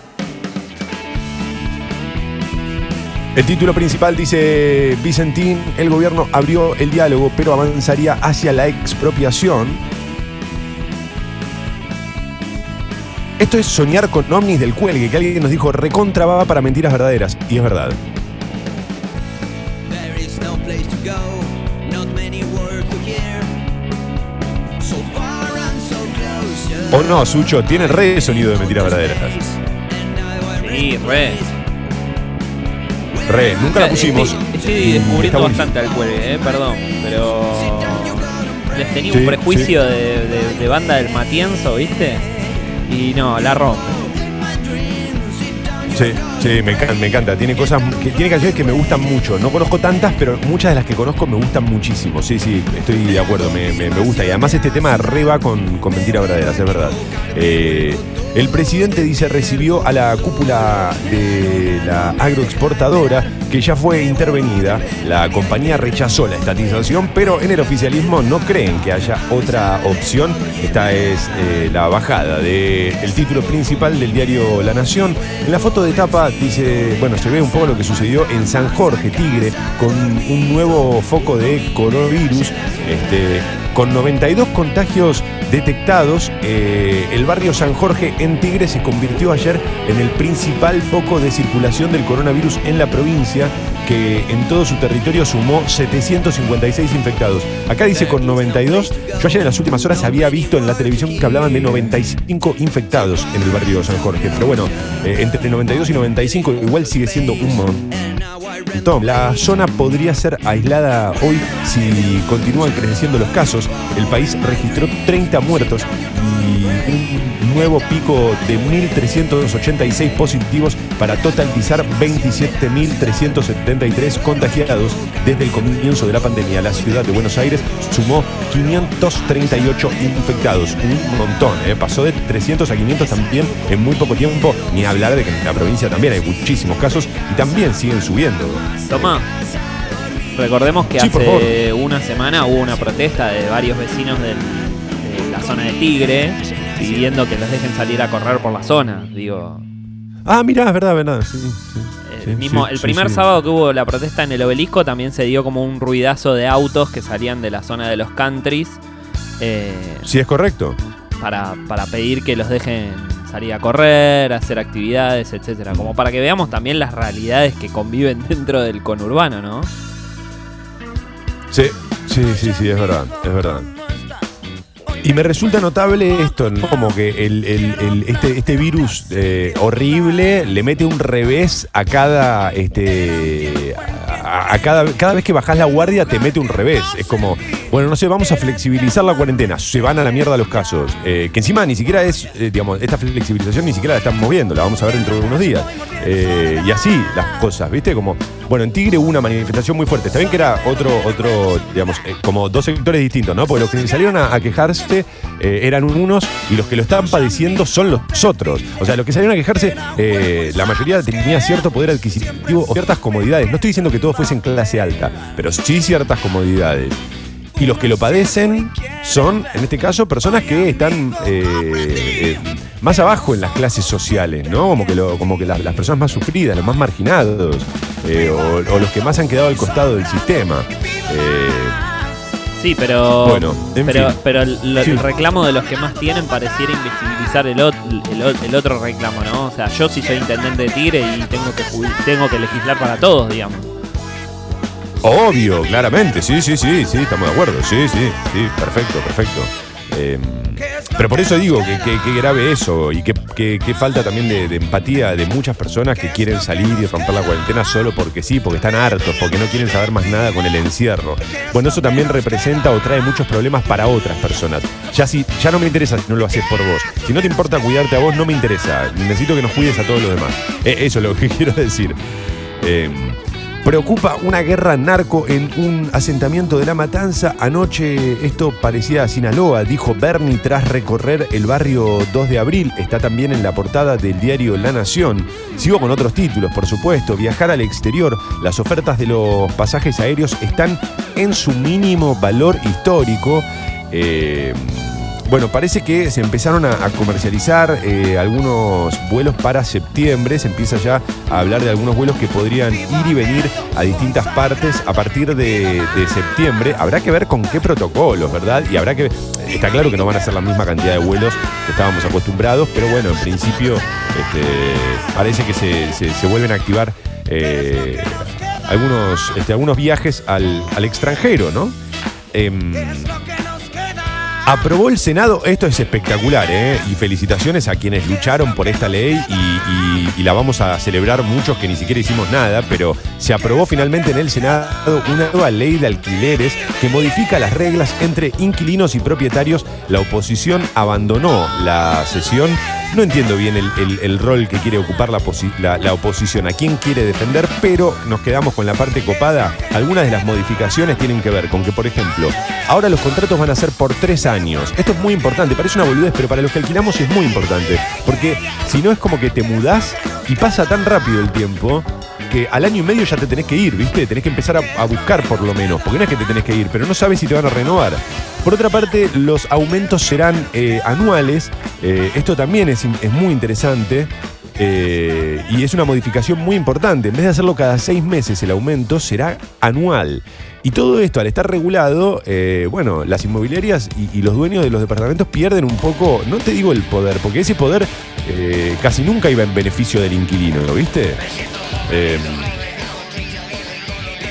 El título principal dice: Vicentín, el gobierno abrió el diálogo, pero avanzaría hacia la expropiación. Esto es soñar con ovnis del cuelgue, que alguien nos dijo recontra baba para mentiras verdaderas. Y es verdad. O no, Sucho, tiene re sonido de mentiras verdaderas. Sí, re. Nunca la pusimos. Estoy descubriendo bastante al cuelgue, perdón, pero les tenía un prejuicio de banda del Matienzo, ¿viste? Y no, la rompe. Sí, me encanta. Tiene canciones que me gustan mucho. No conozco tantas, pero muchas de las que conozco me gustan muchísimo. Sí, estoy de acuerdo, me gusta. Y además este tema reba con mentiras verdaderas, es verdad. El presidente dice recibió a la cúpula de la agroexportadora que ya fue intervenida. La compañía rechazó la estatización, pero en el oficialismo no creen que haya otra opción. Esta es la bajada del título principal del diario La Nación. En la foto de tapa dice, bueno, se ve un poco lo que sucedió en San Jorge, Tigre, con un nuevo foco de coronavirus. Con 92 contagios detectados, el barrio San Jorge en Tigre se convirtió ayer en el principal foco de circulación del coronavirus en la provincia. que en todo su territorio sumó 756 infectados. Acá dice con 92. Yo ayer en las últimas horas había visto en la televisión que hablaban de 95 infectados en el barrio San Jorge. Pero bueno, entre 92 y 95 igual sigue siendo un montón. La zona podría ser aislada hoy si continúan creciendo los casos. El país registró 30 muertos y un nuevo pico de 1.386 positivos para totalizar 27.373 contagiados desde el comienzo de la pandemia. La ciudad de Buenos Aires sumó 538 infectados, un montón, pasó de 300 a 500 también en muy poco tiempo, ni hablar de que en la provincia también hay muchísimos casos y también siguen subiendo. Tomá, recordemos que hace una semana hubo una protesta de varios vecinos de la zona de Tigre pidiendo que los dejen salir a correr por la zona, digo. Ah, mirá, es verdad, sí. El primer sábado que hubo la protesta en el Obelisco también se dio como un ruidazo de autos que salían de la zona de los countries. Sí, es correcto. Para pedir que los dejen salir a correr, hacer actividades, etcétera. Como para que veamos también las realidades que conviven dentro del conurbano, ¿no? Sí, es verdad. Y me resulta notable esto, ¿no? Como que este virus horrible le mete un revés a cada cada vez que bajás la guardia te mete un revés. Es como, bueno, no sé, vamos a flexibilizar la cuarentena. Se van a la mierda los casos. Que encima ni siquiera es, digamos, esta flexibilización ni siquiera la están moviendo. La vamos a ver dentro de unos días. Y así las cosas, ¿viste? Como, bueno, en Tigre hubo una manifestación muy fuerte. Está bien que era otro digamos, como dos sectores distintos, ¿no? Porque los que salieron a quejarse eran unos y los que lo estaban padeciendo son los otros. O sea, los que salieron a quejarse, la mayoría tenía cierto poder adquisitivo o ciertas comodidades. No estoy diciendo que todos fuesen clase alta, pero sí ciertas comodidades. Y los que lo padecen son, en este caso, personas que están más abajo en las clases sociales, ¿no? Como que las personas más sufridas, los más marginados, o los que más han quedado al costado del sistema. Sí, pero bueno, pero el reclamo de los que más tienen pareciera invisibilizar el otro reclamo, ¿no? O sea, yo sí soy intendente de Tigre y tengo que legislar para todos, digamos. Obvio, claramente, sí, estamos de acuerdo, sí, perfecto. Pero por eso digo que grave eso y que falta también de empatía de muchas personas que quieren salir y romper la cuarentena solo porque sí, porque están hartos, porque no quieren saber más nada con el encierro. Bueno, eso también representa o trae muchos problemas para otras personas. Ya no me interesa si no lo haces por vos. Si no te importa cuidarte a vos, no me interesa. Necesito que nos cuides a todos los demás. Eso es lo que quiero decir. Preocupa una guerra narco en un asentamiento de La Matanza. Anoche esto parecía a Sinaloa, dijo Bernie tras recorrer el barrio 2 de abril. Está también en la portada del diario La Nación. Sigo con otros títulos, por supuesto. Viajar al exterior. Las ofertas de los pasajes aéreos están en su mínimo valor histórico. Bueno, parece que se empezaron a comercializar algunos vuelos para septiembre. Se empieza ya a hablar de algunos vuelos que podrían ir y venir a distintas partes a partir de septiembre. Habrá que ver con qué protocolos, ¿verdad? Y está claro que no van a ser la misma cantidad de vuelos que estábamos acostumbrados, pero bueno, en principio parece que se vuelven a activar algunos viajes al extranjero, ¿no? Aprobó el Senado, esto es espectacular, y felicitaciones a quienes lucharon por esta ley y la vamos a celebrar muchos que ni siquiera hicimos nada, pero se aprobó finalmente en el Senado una nueva ley de alquileres que modifica las reglas entre inquilinos y propietarios. La oposición abandonó la sesión. No entiendo bien el rol que quiere ocupar la oposición, a quién quiere defender, pero nos quedamos con la parte copada. Algunas de las modificaciones tienen que ver con que, por ejemplo, ahora los contratos van a ser por 3 años. Esto es muy importante, parece una boludez, pero para los que alquilamos es muy importante. Porque si no es como que te mudás y pasa tan rápido el tiempo que al año y medio ya te tenés que ir, ¿viste? Tenés que empezar a buscar por lo menos, porque no es que te tenés que ir, pero no sabes si te van a renovar. Por otra parte, los aumentos serán anuales. Esto también es muy interesante. Y es una modificación muy importante. En vez de hacerlo cada 6 meses, el aumento será anual. Y todo esto, al estar regulado, bueno, las inmobiliarias y los dueños de los departamentos pierden un poco, no te digo el poder, porque ese poder casi nunca iba en beneficio del inquilino, ¿lo viste?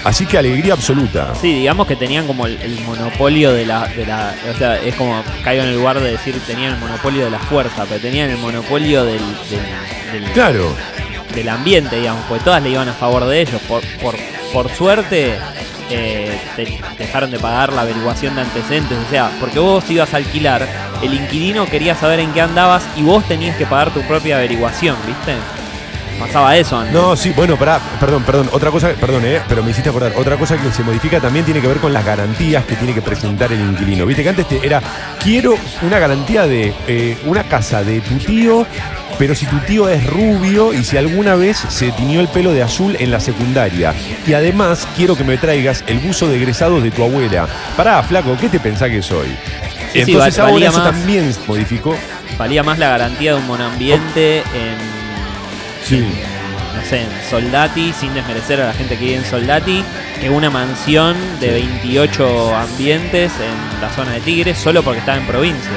Así que alegría absoluta. Sí, digamos que tenían como el monopolio de la. O sea, es como caigo en el lugar de decir tenían el monopolio de la fuerza, pero tenían el monopolio del claro. Del ambiente, digamos, porque todas le iban a favor de ellos. Por suerte, dejaron de pagar la averiguación de antecedentes. O sea, porque vos ibas a alquilar, el inquilino quería saber en qué andabas y vos tenías que pagar tu propia averiguación, ¿viste? Pasaba eso antes. No, sí, bueno, perdón, otra cosa, pero me hiciste acordar, otra cosa que se modifica también tiene que ver con las garantías que tiene que presentar el inquilino. Viste que antes era, quiero una garantía de una casa de tu tío, pero si tu tío es rubio y si alguna vez se tiñó el pelo de azul en la secundaria. Y además quiero que me traigas el buzo de egresados de tu abuela. Pará, flaco, ¿qué te pensás que soy? Sí, entonces ahora valía eso más, también se modificó. Valía más la garantía de un monoambiente Sí. No sé, en Soldati, sin desmerecer a la gente que vive en Soldati, que una mansión de 28 ambientes en la zona de Tigre solo porque estaba en provincia.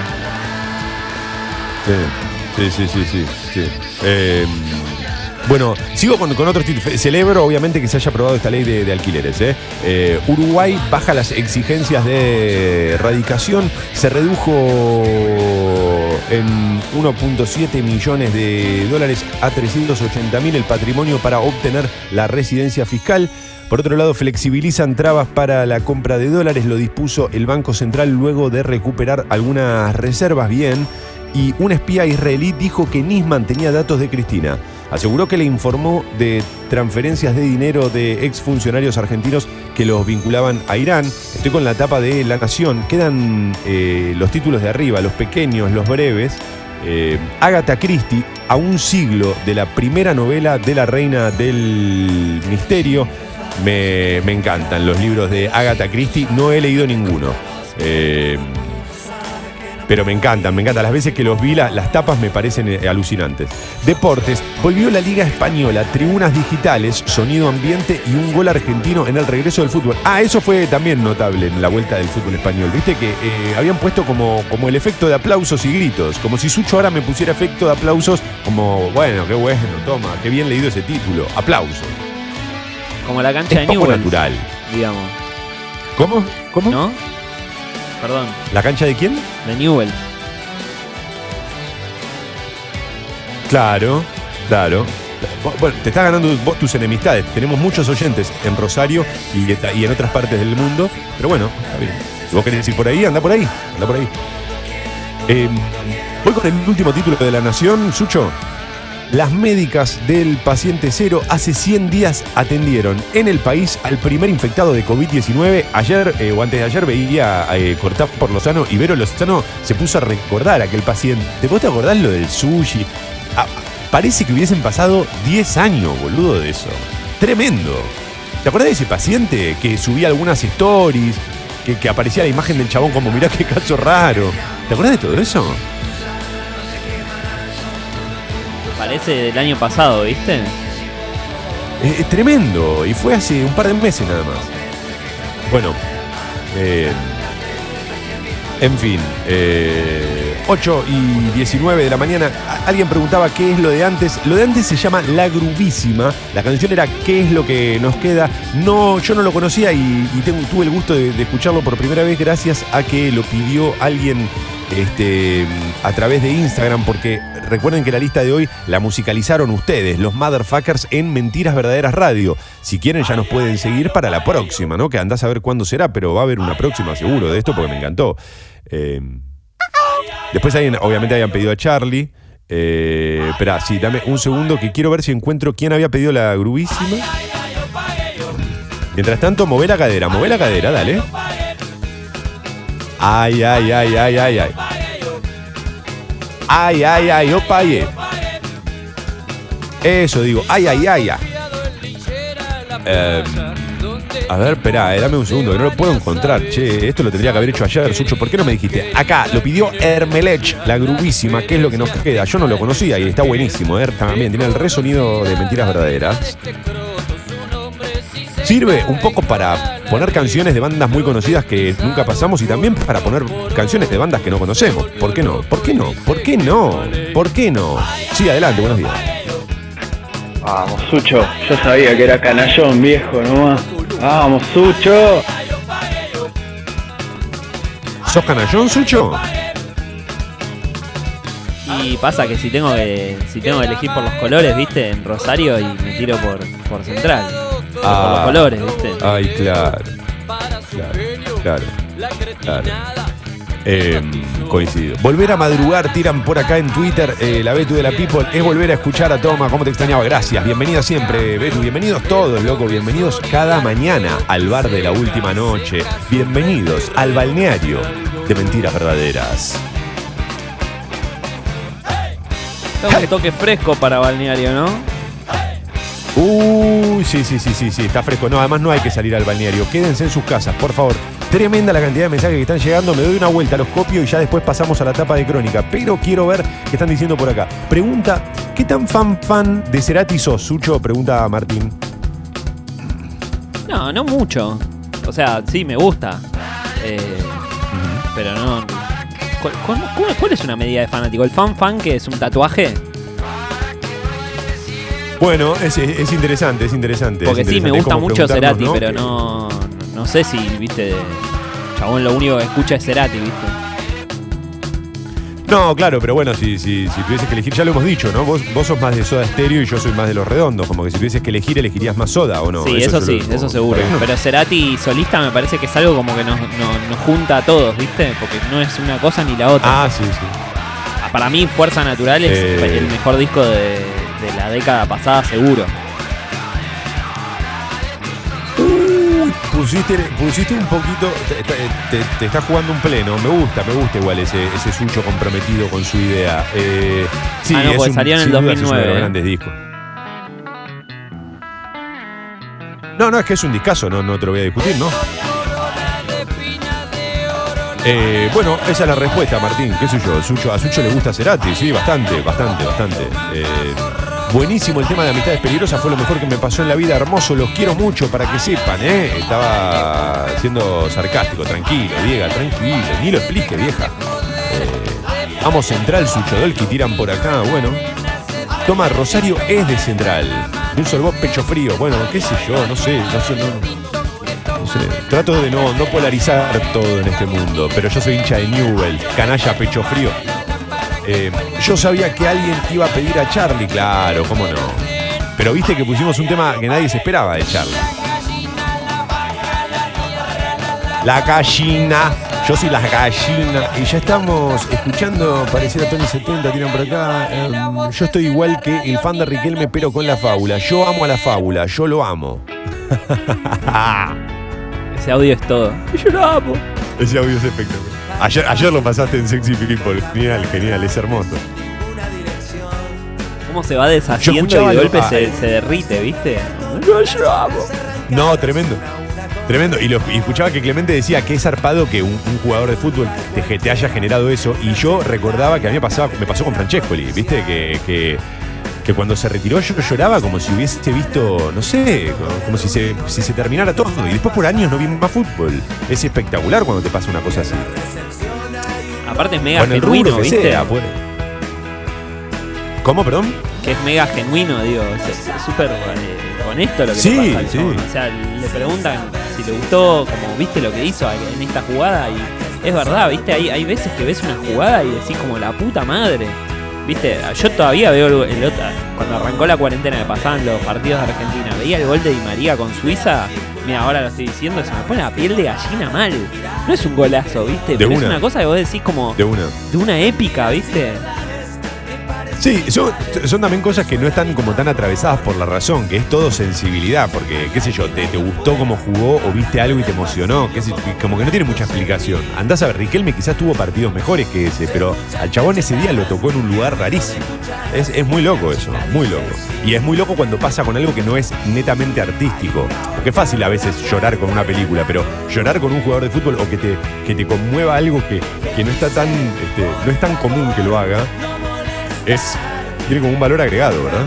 Sí. Bueno, sigo con otros títulos. Celebro, obviamente, que se haya aprobado esta ley de alquileres. Uruguay baja las exigencias de erradicación. Se redujo en 1.7 millones de dólares a 380.000 el patrimonio para obtener la residencia fiscal. Por otro lado, flexibilizan trabas para la compra de dólares. Lo dispuso el Banco Central luego de recuperar algunas reservas. Bien. Y un espía israelí dijo que Nisman tenía datos de Cristina. Aseguró que le informó de transferencias de dinero de exfuncionarios argentinos que los vinculaban a Irán. Estoy con la tapa de La Nación. Quedan los títulos de arriba, los pequeños, los breves. Agatha Christie, a un siglo de la primera novela de la Reina del Misterio. Me encantan los libros de Agatha Christie. No he leído ninguno. Pero me encantan. Las veces que los vi, las tapas me parecen alucinantes. Deportes, volvió la Liga Española, tribunas digitales, sonido ambiente y un gol argentino en el regreso del fútbol. Eso fue también notable en la vuelta del fútbol español. Viste que habían puesto como el efecto de aplausos y gritos. Como si Sucho ahora me pusiera efecto de aplausos, como, bueno, qué bueno, toma, qué bien leído ese título. Aplausos. Como la cancha de Newell's. Es poco natural. Digamos. ¿Cómo? ¿No? Perdón. ¿La cancha de quién? De Newell's. Claro. Bueno, te estás ganando vos tus enemistades. Tenemos muchos oyentes en Rosario y en otras partes del mundo. Pero bueno, está bien. Si vos querés ir por ahí, anda por ahí. Voy con el último título de La Nación, Sucho. Las médicas del paciente cero hace 100 días atendieron en el país al primer infectado de COVID-19. Ayer o antes de ayer veía cortar por Lozano y Vero Lozano se puso a recordar a aquel paciente. ¿Vos te acordás lo del sushi? Parece que hubiesen pasado 10 años, boludo, de eso. Tremendo. ¿Te acordás de ese paciente que subía algunas stories? Que aparecía la imagen del chabón como mirá qué caso raro. ¿Te acordás de todo eso? Parece del año pasado, ¿viste? Es tremendo. Y fue hace un par de meses nada más. Bueno. En fin. 8:19 de la mañana. Alguien preguntaba qué es lo de antes. Lo de antes se llama La Grubísima. La canción era ¿Qué es lo que nos queda? No, yo no lo conocía y tuve el gusto de escucharlo por primera vez gracias a que lo pidió alguien a través de Instagram, porque recuerden que la lista de hoy la musicalizaron ustedes, los Motherfuckers, en Mentiras Verdaderas Radio. Si quieren ya nos pueden seguir para la próxima, ¿no? Que andás a ver cuándo será, pero va a haber una próxima seguro de esto porque me encantó. Después obviamente habían pedido a Charlie. Espera, sí, dame un segundo que quiero ver si encuentro quién había pedido La Grubísima. Mientras tanto, mové la cadera, dale. Ay. Ay, opaye. Eso digo, ay. A ver, espera, dame un segundo, que no lo puedo encontrar. Che, esto lo tendría que haber hecho ayer, Sucho. ¿Por qué no me dijiste? Acá, lo pidió Hermelech, La Grubísima, que es lo que nos queda. Yo no lo conocía y está buenísimo. También tiene el resonido de Mentiras Verdaderas. Sirve un poco para poner canciones de bandas muy conocidas que nunca pasamos y también para poner canciones de bandas que no conocemos. ¿Por qué no? Sí, adelante, buenos días. Vamos, Sucho, yo sabía que era canallón, viejo, nomás. ¡Vamos, Sucho! ¿Sos canallón, Sucho? Y pasa que si tengo que elegir por los colores, viste, en Rosario y me tiro por Central. Por los colores, viste. Ay, claro. Coincido. Volver a madrugar, tiran por acá en Twitter, la Betu de la People, es volver a escuchar a Toma, cómo te extrañaba. Gracias, bienvenida siempre, Betu, bienvenidos todos, loco, bienvenidos cada mañana al bar de la última noche, bienvenidos al balneario de mentiras verdaderas. Está un toque fresco para balneario, ¿no? Uy, sí, está fresco. No, además no hay que salir al balneario. Quédense en sus casas, por favor. Tremenda la cantidad de mensajes que están llegando. Me doy una vuelta, los copio y ya después pasamos a la tapa de crónica. Pero quiero ver qué están diciendo por acá. Pregunta, ¿qué tan fan de Cerati sos, Sucho? Pregunta Martín. No mucho. O sea, sí, me gusta. Pero no... ¿Cuál es una medida de fanático? ¿El fan que es un tatuaje? Bueno, es interesante, es interesante. Porque es sí, me interesante gusta mucho Cerati, ¿no? pero no sé si, viste, chabón lo único que escucha es Cerati, viste. No, claro, pero bueno, si tuvieses que elegir, ya lo hemos dicho, ¿no? Vos sos más de Soda Stereo y yo soy más de Los Redondos. Como que si tuvieses que elegir, elegirías más Soda, ¿o no? Sí, eso seguro. Pero Cerati solista me parece que es algo como que nos junta a todos, ¿viste? Porque no es una cosa ni la otra. Ah, sí. Para mí, Fuerza Natural es el mejor disco de la década pasada, seguro. Pusiste un poquito, te estás jugando un pleno. Me gusta igual ese Sucho comprometido con su idea. Sí, no, pues salió en el 2009. Es uno de los grandes discos. No, es que es un discazo, no te lo voy a discutir, ¿no? Bueno, esa es la respuesta, Martín. ¿Qué sé yo? A Sucho le gusta Cerati, sí, bastante. Buenísimo el tema de Amistades Peligrosas, fue lo mejor que me pasó en la vida, hermoso, los quiero mucho, para que sepan, Estaba siendo sarcástico, tranquilo, Diego, tranquilo, ni lo explique, vieja. Vamos Central, Sucho Dolki, tiran por acá, bueno. Toma, Rosario es de Central, de un solo voz pecho frío, bueno, qué sé yo, no sé. Trato de no polarizar todo en este mundo, pero yo soy hincha de Newell, canalla pecho frío. Yo sabía que alguien iba a pedir a Charlie, claro, cómo no. Pero viste que pusimos un tema que nadie se esperaba de Charlie. La gallina, yo soy la gallina. Y ya estamos escuchando, pareciera Tony 70, tiran por acá. Yo estoy igual que el fan de Riquelme, pero con la fábula. Yo amo a la fábula, yo lo amo. Ese audio es todo. Yo lo amo. Ese audio es espectacular. Ayer lo pasaste en Sexy People. Genial, es hermoso. Cómo se va deshaciendo y de golpe se derrite, ¿viste? Yo lo amo. No, tremendo. Y escuchaba que Clemente decía que es zarpado que un jugador de fútbol te haya generado eso. Y yo recordaba que a mí me pasó con Francescoli, ¿viste? Que cuando se retiró yo lloraba como si hubiese visto, no sé, como si se terminara todo. Y después por años no vi más fútbol. Es espectacular cuando te pasa una cosa así. Aparte es mega genuino, ¿viste? Sea, pues. ¿Cómo, perdón? Que es mega genuino, digo. Es súper honesto lo que le pasa. Sí. O sea, le preguntan si le gustó, como viste lo que hizo en esta jugada. Y es verdad, ¿viste? Hay veces que ves una jugada y decís como la puta madre. ¿Viste? Yo todavía veo cuando arrancó la cuarentena, me pasaban los partidos de Argentina, veía el gol de Di María con Suiza. Mira, ahora lo estoy diciendo, se me pone la piel de gallina mal. No es un golazo, ¿viste? Pero es una cosa que vos decís como de una épica, ¿viste? Sí, son también cosas que no están como tan atravesadas por la razón, que es todo sensibilidad, porque, qué sé yo, te gustó cómo jugó o viste algo y te emocionó, como que no tiene mucha explicación. Andás a ver, Riquelme quizás tuvo partidos mejores que ese, pero al chabón ese día lo tocó en un lugar rarísimo. Es muy loco eso, muy loco. Y es muy loco cuando pasa con algo que no es netamente artístico, porque es fácil a veces llorar con una película, pero llorar con un jugador de fútbol o que te conmueva algo que no está tan, no es tan común que lo haga, tiene como un valor agregado, ¿verdad?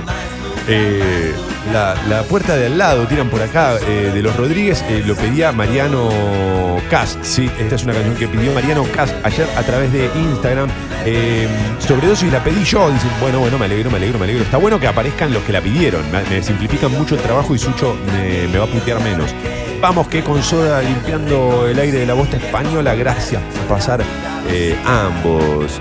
La puerta de al lado, tiran por acá, de los Rodríguez, lo pedía Mariano Cas. Sí, esta es una canción que pidió Mariano Cas ayer a través de Instagram. Sobredosis la pedí yo, dicen, bueno, me alegro. Está bueno que aparezcan los que la pidieron, me simplifican mucho el trabajo y Sucho me va a putear menos. Vamos que con Soda limpiando el aire de la bosta española. Gracias por pasar ambos.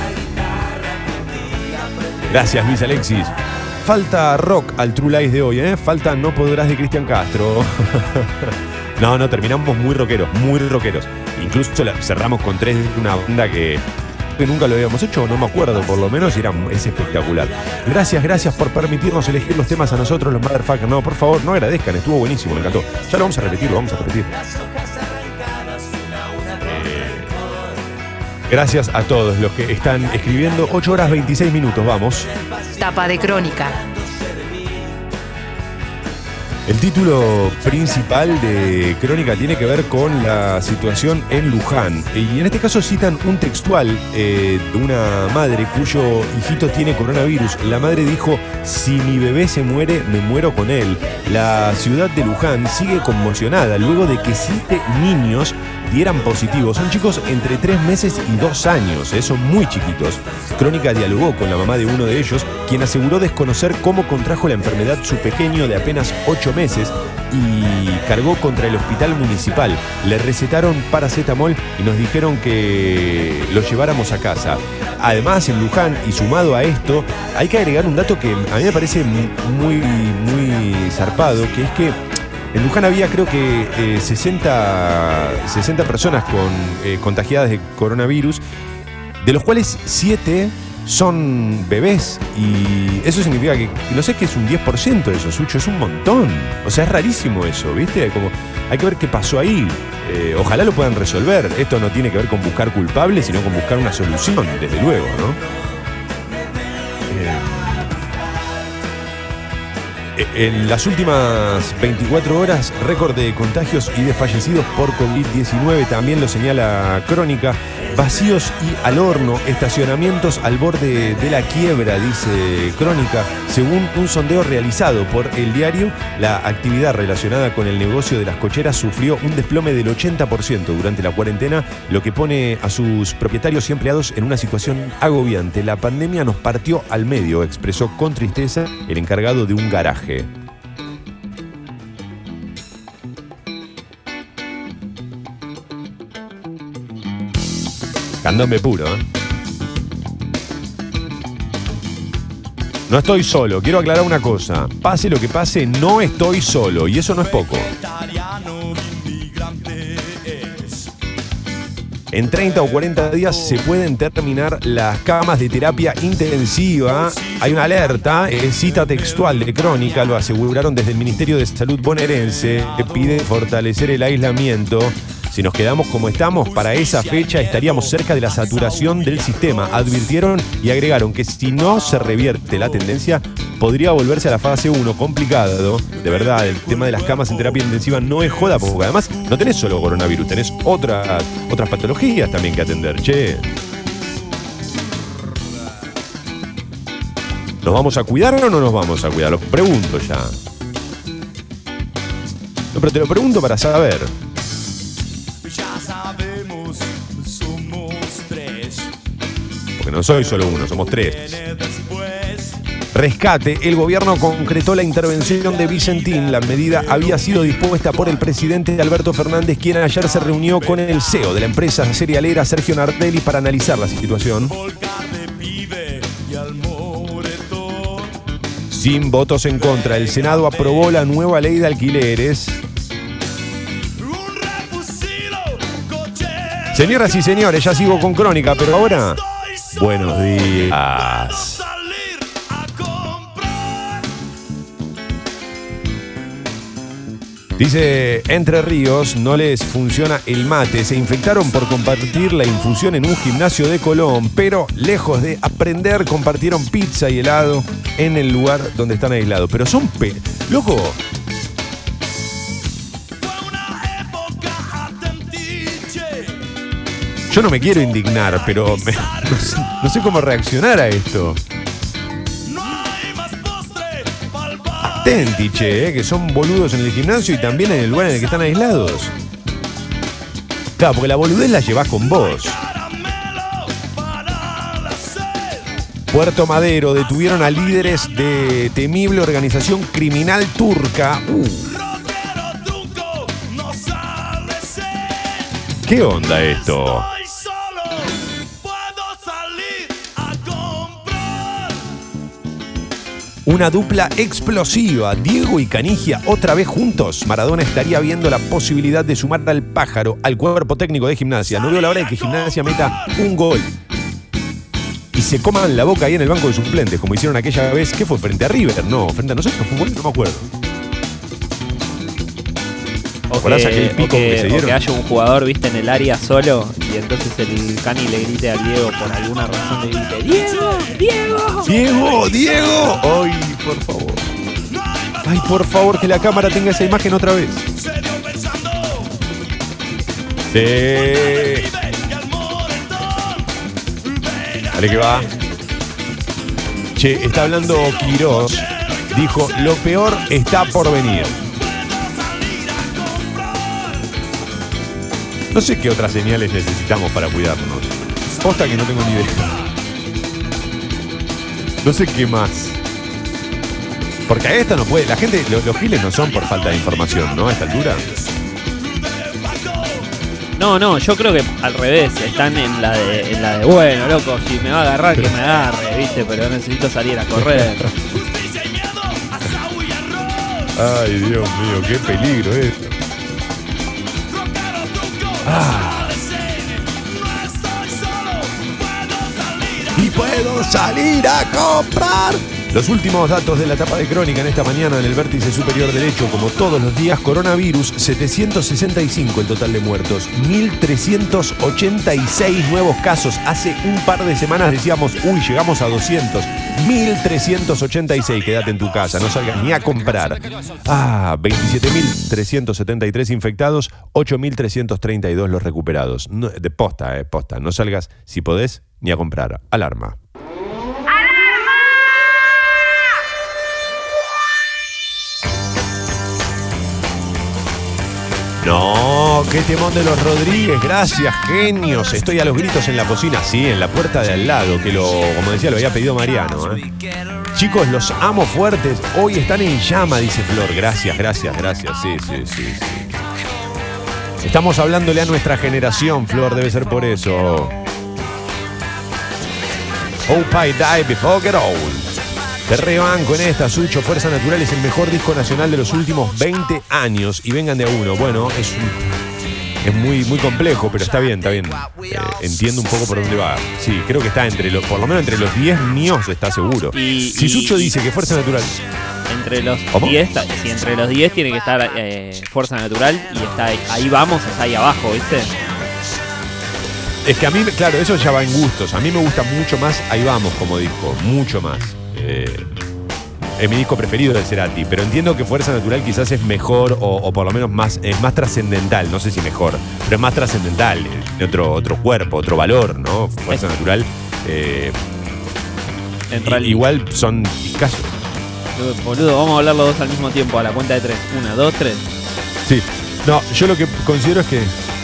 Gracias, Luis Alexis. Falta rock al True Lies de hoy, ¿eh? Falta No Podrás de Cristian Castro. No, terminamos muy rockeros, muy rockeros. Incluso cerramos con 3 de una banda que nunca lo habíamos hecho, no me acuerdo por lo menos, y es espectacular. Gracias por permitirnos elegir los temas a nosotros, los motherfuckers. No, por favor, no agradezcan, estuvo buenísimo, me encantó. Ya lo vamos a repetir, Gracias a todos los que están escribiendo. 8 horas 26 minutos, vamos. Tapa de Crónica. El título principal de Crónica tiene que ver con la situación en Luján. Y en este caso citan un textual de una madre cuyo hijito tiene coronavirus. La madre dijo: si mi bebé se muere, me muero con él. La ciudad de Luján sigue conmocionada luego de que 7 niños dieran positivos. Son chicos entre 3 meses y 2 años, son muy chiquitos. Crónica dialogó con la mamá de uno de ellos, quien aseguró desconocer cómo contrajo la enfermedad su pequeño de apenas 8 meses y cargó contra el hospital municipal. Le recetaron paracetamol y nos dijeron que lo lleváramos a casa. Además, en Luján, y sumado a esto, hay que agregar un dato que a mí me parece muy zarpado, que es que en Luján había, creo que 60 personas contagiadas de coronavirus, de los cuales 7 son bebés. Y eso significa que, no sé, que es un 10% de eso, Sucho, es un montón. O sea, es rarísimo eso, ¿viste? Como, hay que ver qué pasó ahí. Ojalá lo puedan resolver. Esto no tiene que ver con buscar culpables, sino con buscar una solución, desde luego, ¿no? En las últimas 24 horas, récord de contagios y de fallecidos por COVID-19, también lo señala Crónica. Vacíos y al horno, estacionamientos al borde de la quiebra, dice Crónica. Según un sondeo realizado por El Diario, la actividad relacionada con el negocio de las cocheras sufrió un desplome del 80% durante la cuarentena, lo que pone a sus propietarios y empleados en una situación agobiante. La pandemia nos partió al medio, expresó con tristeza el encargado de un garaje. Candombe puro, ¿eh? No estoy solo, quiero aclarar una cosa. Pase lo que pase, no estoy solo, y eso no es poco. En 30 o 40 días se pueden terminar las camas de terapia intensiva. Hay una alerta, cita textual de Crónica, lo aseguraron desde el Ministerio de Salud bonaerense, que pide fortalecer el aislamiento. Si nos quedamos como estamos, para esa fecha estaríamos cerca de la saturación del sistema, advirtieron, y agregaron que si no se revierte la tendencia, podría volverse a la fase 1, complicado. De verdad, el tema de las camas en terapia intensiva no es joda, porque además no tenés solo coronavirus, tenés otras patologías también que atender, che. ¿Nos vamos a cuidar o no nos vamos a cuidar? Lo pregunto ya. No, pero te lo pregunto para saber. Porque no soy solo uno, somos 3. Rescate. El gobierno concretó la intervención de Vicentín. La medida había sido dispuesta por el presidente Alberto Fernández, quien ayer se reunió con el CEO de la empresa cerealera, Sergio Nardelli, para analizar la situación. Sin votos en contra, el Senado aprobó la nueva ley de alquileres. Señoras y señores, ya sigo con Crónica, pero ahora, buenos días. Dice, Entre Ríos no les funciona el mate. Se infectaron por compartir la infusión en un gimnasio de Colón, pero lejos de aprender, compartieron pizza y helado en el lugar donde están aislados. Pero son loco. Yo no me quiero indignar, pero no sé cómo reaccionar a esto. Atenti, che, que son boludos en el gimnasio y también en el lugar en el que están aislados. Claro, porque la boludez la llevás con vos. Puerto Madero, detuvieron a líderes de temible organización criminal turca. ¿Qué onda esto? Una dupla explosiva, Diego y Canigia otra vez juntos. Maradona estaría viendo la posibilidad de sumar al pájaro al cuerpo técnico de Gimnasia. No veo la hora de que Gimnasia meta un gol y se coman la boca ahí en el banco de suplentes, como hicieron aquella vez. ¿Qué fue? ¿Frente a River? No, frente a nosotros fue, no me acuerdo. O que haya un jugador, viste, en el área solo y entonces el Cani le grite a Diego, por alguna razón le grite: ¡Diego! ¡Diego! ¡Diego! ¡Diego! ¡Ay, por favor! ¡Ay, por favor, que la cámara tenga esa imagen otra vez! ¡Sí! Dale que va. Che, está hablando Quirós. Dijo: lo peor está por venir. No sé qué otras señales necesitamos para cuidarnos. Posta que no tengo ni idea. No sé qué más. Porque a esta no puede. La gente, los giles no son por falta de información, ¿no? A esta altura. No, yo creo que al revés. Están en la de bueno, loco, si me va a agarrar, que me agarre, viste, pero necesito salir a correr. Ay, Dios mío, qué peligro esto. Y puedo salir a comprar. Los últimos datos de la etapa de crónica en esta mañana en el vértice superior derecho, como todos los días, coronavirus, 765 el total de muertos, 1.386 nuevos casos. Hace un par de semanas decíamos, uy, llegamos a 200. 1.386, quédate en tu casa, no salgas ni a comprar. 27.373 infectados, 8.332 los recuperados. No, de posta, no salgas si podés ni a comprar. Alarma. No, qué temón de los Rodríguez, gracias, genios. Estoy a los gritos en la cocina, sí, en la puerta de al lado, que como decía, lo había pedido Mariano. Chicos, los amo fuertes, hoy están en llama, dice Flor. Gracias, sí. Estamos hablándole a nuestra generación, Flor, debe ser por eso. Hope I die before I get old. Te rebanco en esta, Sucho. Fuerza Natural es el mejor disco nacional de los últimos 20 años. Y vengan de a uno. Bueno, es muy, muy complejo, pero está bien. Entiendo un poco por dónde va. Sí, creo que está por lo menos entre los 10 míos, está seguro. Si Sucho dice que Fuerza Natural... Entre los 10, si entre los 10 tiene que estar Fuerza Natural y está ahí vamos, está ahí abajo, ¿viste? Es que a mí, claro, eso ya va en gustos. A mí me gusta mucho más Ahí Vamos como disco, mucho más. Es mi disco preferido de Cerati, pero entiendo que Fuerza Natural quizás es mejor o por lo menos es más trascendental, no sé si mejor, pero es más trascendental, tiene otro cuerpo, otro valor, ¿no? Fuerza Natural igual son discasos. Boludo, vamos a hablar los dos al mismo tiempo, a la cuenta de 3. 1, 2, 3. Sí, no, yo lo que considero es que...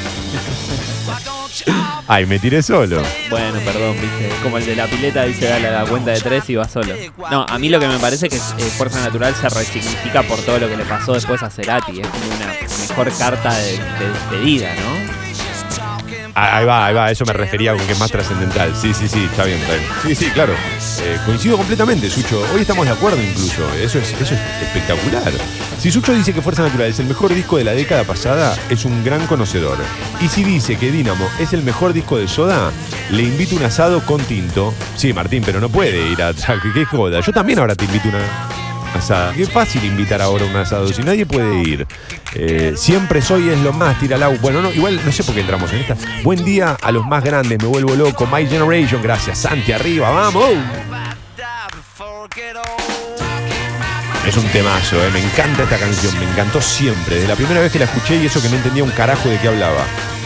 Ay, me tiré solo. Bueno, perdón, viste. Como el de la pileta dice, dale a la cuenta de 3 y va solo. No, a mí lo que me parece es que Fuerza Natural se resignifica por todo lo que le pasó después a Cerati. Es como una mejor carta de despedida, ¿no? Ahí va, a eso me refería con que es más trascendental. Sí, está bien. Sí, claro. Coincido completamente, Sucho. Hoy estamos de acuerdo incluso. Eso es espectacular. Si Sucho dice que Fuerza Natural es el mejor disco de la década pasada, es un gran conocedor. Y si dice que Dínamo es el mejor disco de Soda, le invito un asado con tinto. Sí, Martín, pero no puede ir a... ¿Qué joda? Yo también ahora te invito una asada. Qué fácil invitar ahora a un asado, si nadie puede ir. Siempre soy es lo más, tira la... Bueno, no, igual no sé por qué entramos en esta. Buen día a los más grandes, me vuelvo loco. My Generation, gracias. Santi, arriba, vamos. Es un temazo, me encanta esta canción, me encantó siempre. Desde la primera vez que la escuché y eso que no entendía un carajo de qué hablaba.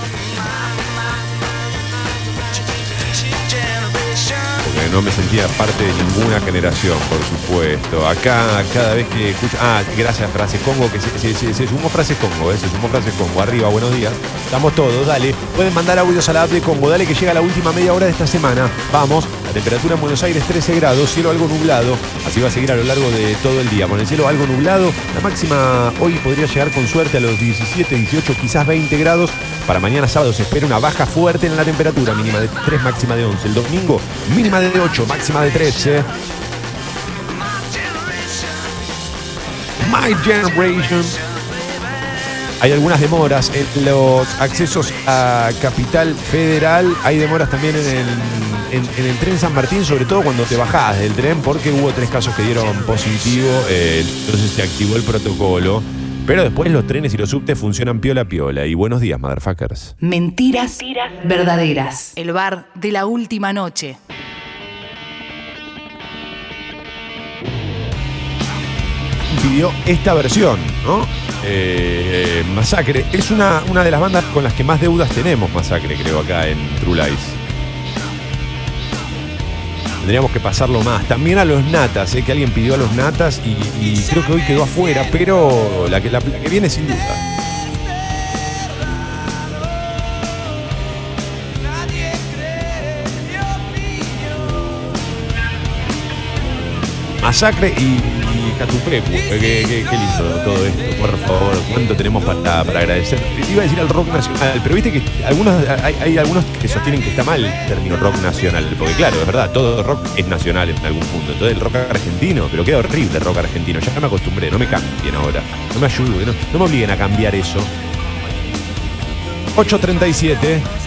Porque no me sentía parte de ninguna generación, por supuesto. Acá, cada vez que escucho... gracias, Frases Congo, que se sumó Frases Congo, se sumó Frases Congo. Arriba, buenos días. Estamos todos, dale. Pueden mandar audios a la app de Congo, dale que llega la última media hora de esta semana. Vamos, temperatura en Buenos Aires 13 grados, cielo algo nublado, así va a seguir a lo largo de todo el día, con el cielo algo nublado. La máxima hoy podría llegar con suerte a los 17, 18, quizás 20 grados. Para mañana sábado se espera una baja fuerte en la temperatura, mínima de 3, máxima de 11. El domingo, mínima de 8, máxima de 13. My Generation. Hay algunas demoras en los accesos a Capital Federal. Hay demoras también en el tren San Martín, sobre todo cuando te bajás del tren, porque hubo 3 casos que dieron positivo. Entonces se activó el protocolo. Pero después los trenes y los subtes funcionan piola piola. Y buenos días, motherfuckers. Mentiras verdaderas. El bar de la última noche. Pidió esta versión, ¿no? Masacre. Es una de las bandas con las que más deudas tenemos, Masacre, creo, acá en True Lies. Tendríamos que pasarlo más. También a los Natas, que alguien pidió a los Natas y creo que hoy quedó afuera, pero la que viene sin duda. Masacre y Catupecu. Qué lindo todo esto, por favor. ¿Cuánto tenemos para agradecer? Iba a decir al rock nacional, pero viste que hay algunos que sostienen que está mal el término rock nacional. Porque claro, es verdad, todo rock es nacional en algún punto. Entonces el rock argentino, pero queda horrible el rock argentino. Ya me acostumbré, no me cambien ahora. No me ayuden, no me obliguen a cambiar eso. 8:37.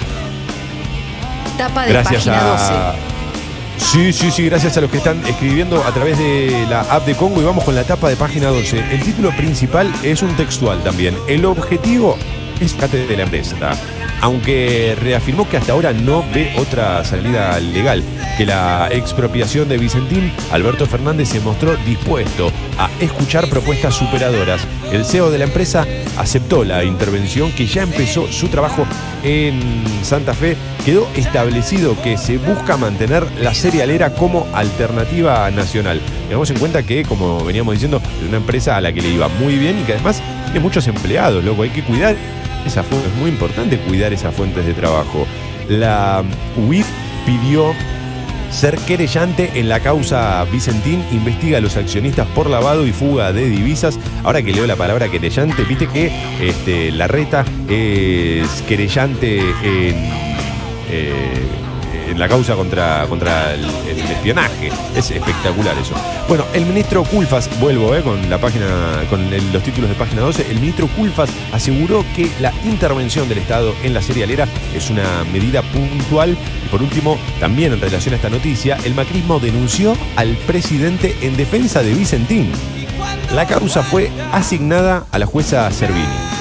Tapa de página 12. Sí, gracias a los que están escribiendo a través de la app de Congo y vamos con la tapa de página 12. El título principal es un textual también. El objetivo es rescate de la empresa, aunque reafirmó que hasta ahora no ve otra salida legal que la expropiación de Vicentín. Alberto Fernández se mostró dispuesto a escuchar propuestas superadoras. El CEO de la empresa aceptó la intervención, que ya empezó su trabajo en Santa Fe. Quedó establecido que se busca mantener la cerealera como alternativa nacional. Tengamos en cuenta que, como veníamos diciendo, es una empresa a la que le iba muy bien y que además tiene muchos empleados, loco. Hay que cuidar esa fuente, es muy importante cuidar esas fuentes de trabajo. La UIF pidió ser querellante en la causa Vicentín, investiga a los accionistas por lavado y fuga de divisas. Ahora que leo la palabra querellante, viste que Larreta es querellante en la causa contra el espionaje. Es espectacular eso. Bueno, el ministro Culfas, vuelvo con la página, los títulos de página 12. El ministro Culfas aseguró que la intervención del Estado en la cerealera es una medida puntual. Y por último, también en relación a esta noticia, el macrismo denunció al presidente en defensa de Vicentín. La causa fue asignada a la jueza Servini.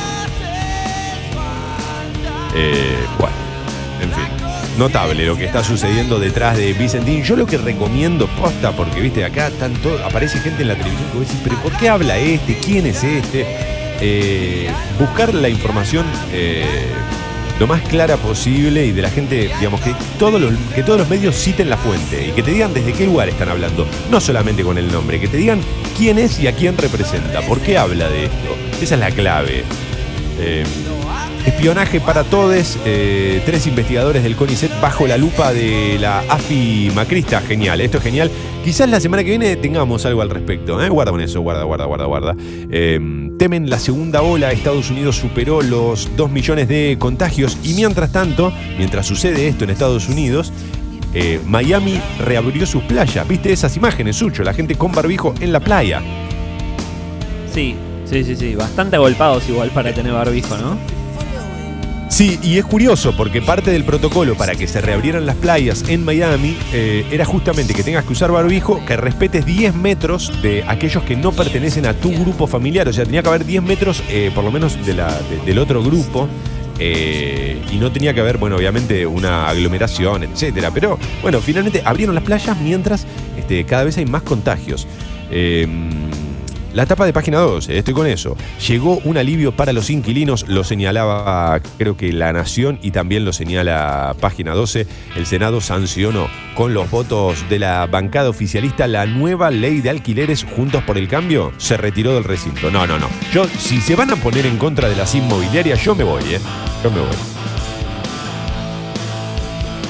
Bueno, en fin. Notable lo que está sucediendo detrás de Vicentín. Yo lo que recomiendo, posta, porque viste, acá aparece gente en la televisión que vos decís, pero ¿por qué habla este? ¿Quién es este? Buscar la información lo más clara posible y de la gente, digamos, que todos los medios citen la fuente y que te digan desde qué lugar están hablando, no solamente con el nombre, que te digan quién es y a quién representa, por qué habla de esto. Esa es la clave. Espionaje para todes, 3 investigadores del CONICET bajo la lupa de la AFI macrista. Genial, esto es genial. Quizás la semana que viene tengamos algo al respecto. Guarda con eso, guarda. Temen la segunda ola. Estados Unidos superó los 2 millones de contagios y mientras tanto, mientras sucede esto en Estados Unidos, Miami reabrió sus playas. ¿Viste esas imágenes, Sucho? La gente con barbijo en la playa. Sí. Bastante agolpados igual para tener barbijo, ¿no? Sí, y es curioso porque parte del protocolo para que se reabrieran las playas en Miami era justamente que tengas que usar barbijo, que respetes 10 metros de aquellos que no pertenecen a tu grupo familiar. O sea, tenía que haber 10 metros por lo menos del otro grupo. Y no tenía que haber, bueno, obviamente una aglomeración, etcétera. Pero, bueno, finalmente abrieron las playas mientras cada vez hay más contagios. La tapa de página 12, estoy con eso. Llegó un alivio para los inquilinos, lo señalaba creo que La Nación y también lo señala página 12. El Senado sancionó con los votos de la bancada oficialista la nueva ley de alquileres. Juntos por el Cambio se retiró del recinto. No. Yo, si se van a poner en contra de las inmobiliarias, yo me voy, Yo me voy.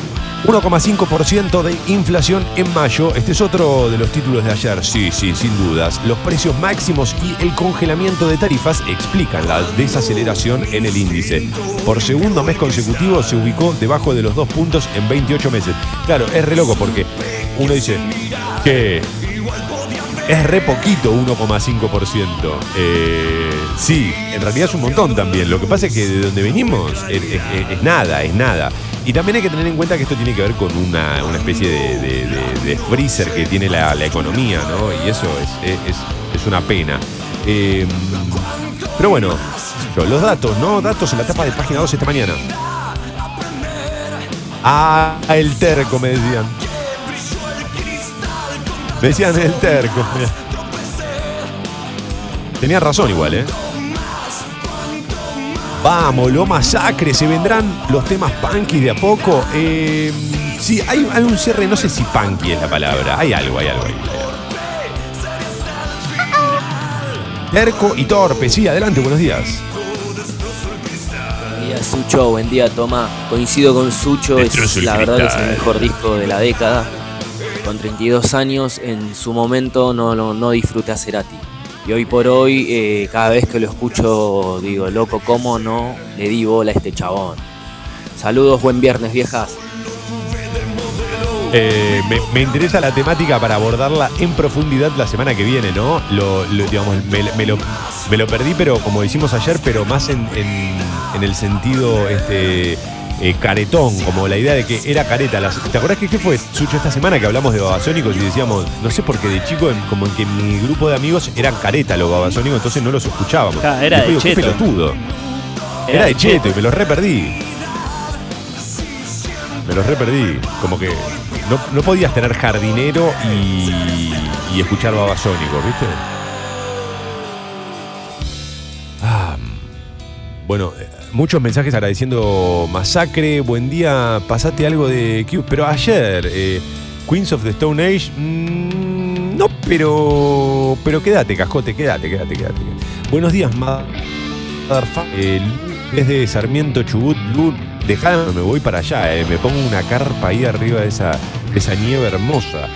1,5% de inflación en mayo. Este es otro de los títulos de ayer. Sí, sin dudas. Los precios máximos y el congelamiento de tarifas explican la desaceleración en el índice. Por segundo mes consecutivo se ubicó debajo de los 2 puntos en 28 meses. Claro, es re loco porque uno dice que es re poquito 1,5%. Sí, en realidad es un montón también. Lo que pasa es que de donde venimos es nada. Y también hay que tener en cuenta que esto tiene que ver con una especie de freezer que tiene la economía, ¿no? Y eso es una pena. Pero bueno, los datos, ¿no? Datos en la tapa de Página 12 esta mañana. Ah, el terco, me decían. Me decían el terco. Tenía razón igual, ¿eh? Vamos, lo masacre, se vendrán los temas punky de a poco. Sí, hay un cierre, no sé si punky es la palabra. Hay algo ahí. Terco y torpe, sí, adelante, buenos días. Buen día, Sucho, buen día, Toma. Coincido con Sucho, la verdad que es el mejor disco de la década. Con 32 años, en su momento no disfruté a Cerati. Y hoy por hoy, cada vez que lo escucho, digo, loco, ¿cómo no le di bola a este chabón? Saludos, buen viernes, viejas. Me interesa la temática para abordarla en profundidad la semana que viene, ¿no? Digamos, me lo perdí, pero como decimos ayer, pero más en el sentido caretón, como la idea de que era careta. ¿Te acordás que qué fue, Sucho, esta semana que hablamos de Babasónicos y decíamos, no sé por qué de chico, como en que en mi grupo de amigos eran careta los Babasónicos, entonces no los escuchábamos? Era de Cheto. Qué pelotudo. Era de Cheto y me los re perdí. Como que no podías tener Jardinero y escuchar Babasónicos, ¿viste? Bueno, muchos mensajes agradeciendo Masacre. Buen día, pasate algo de Q. Pero ayer, Queens of the Stone Age. No, pero quédate, cascote, quédate. Buenos días, desde Sarmiento, Chubut, Blue. Dejadme, me voy para allá. Me pongo una carpa ahí arriba de esa nieve hermosa.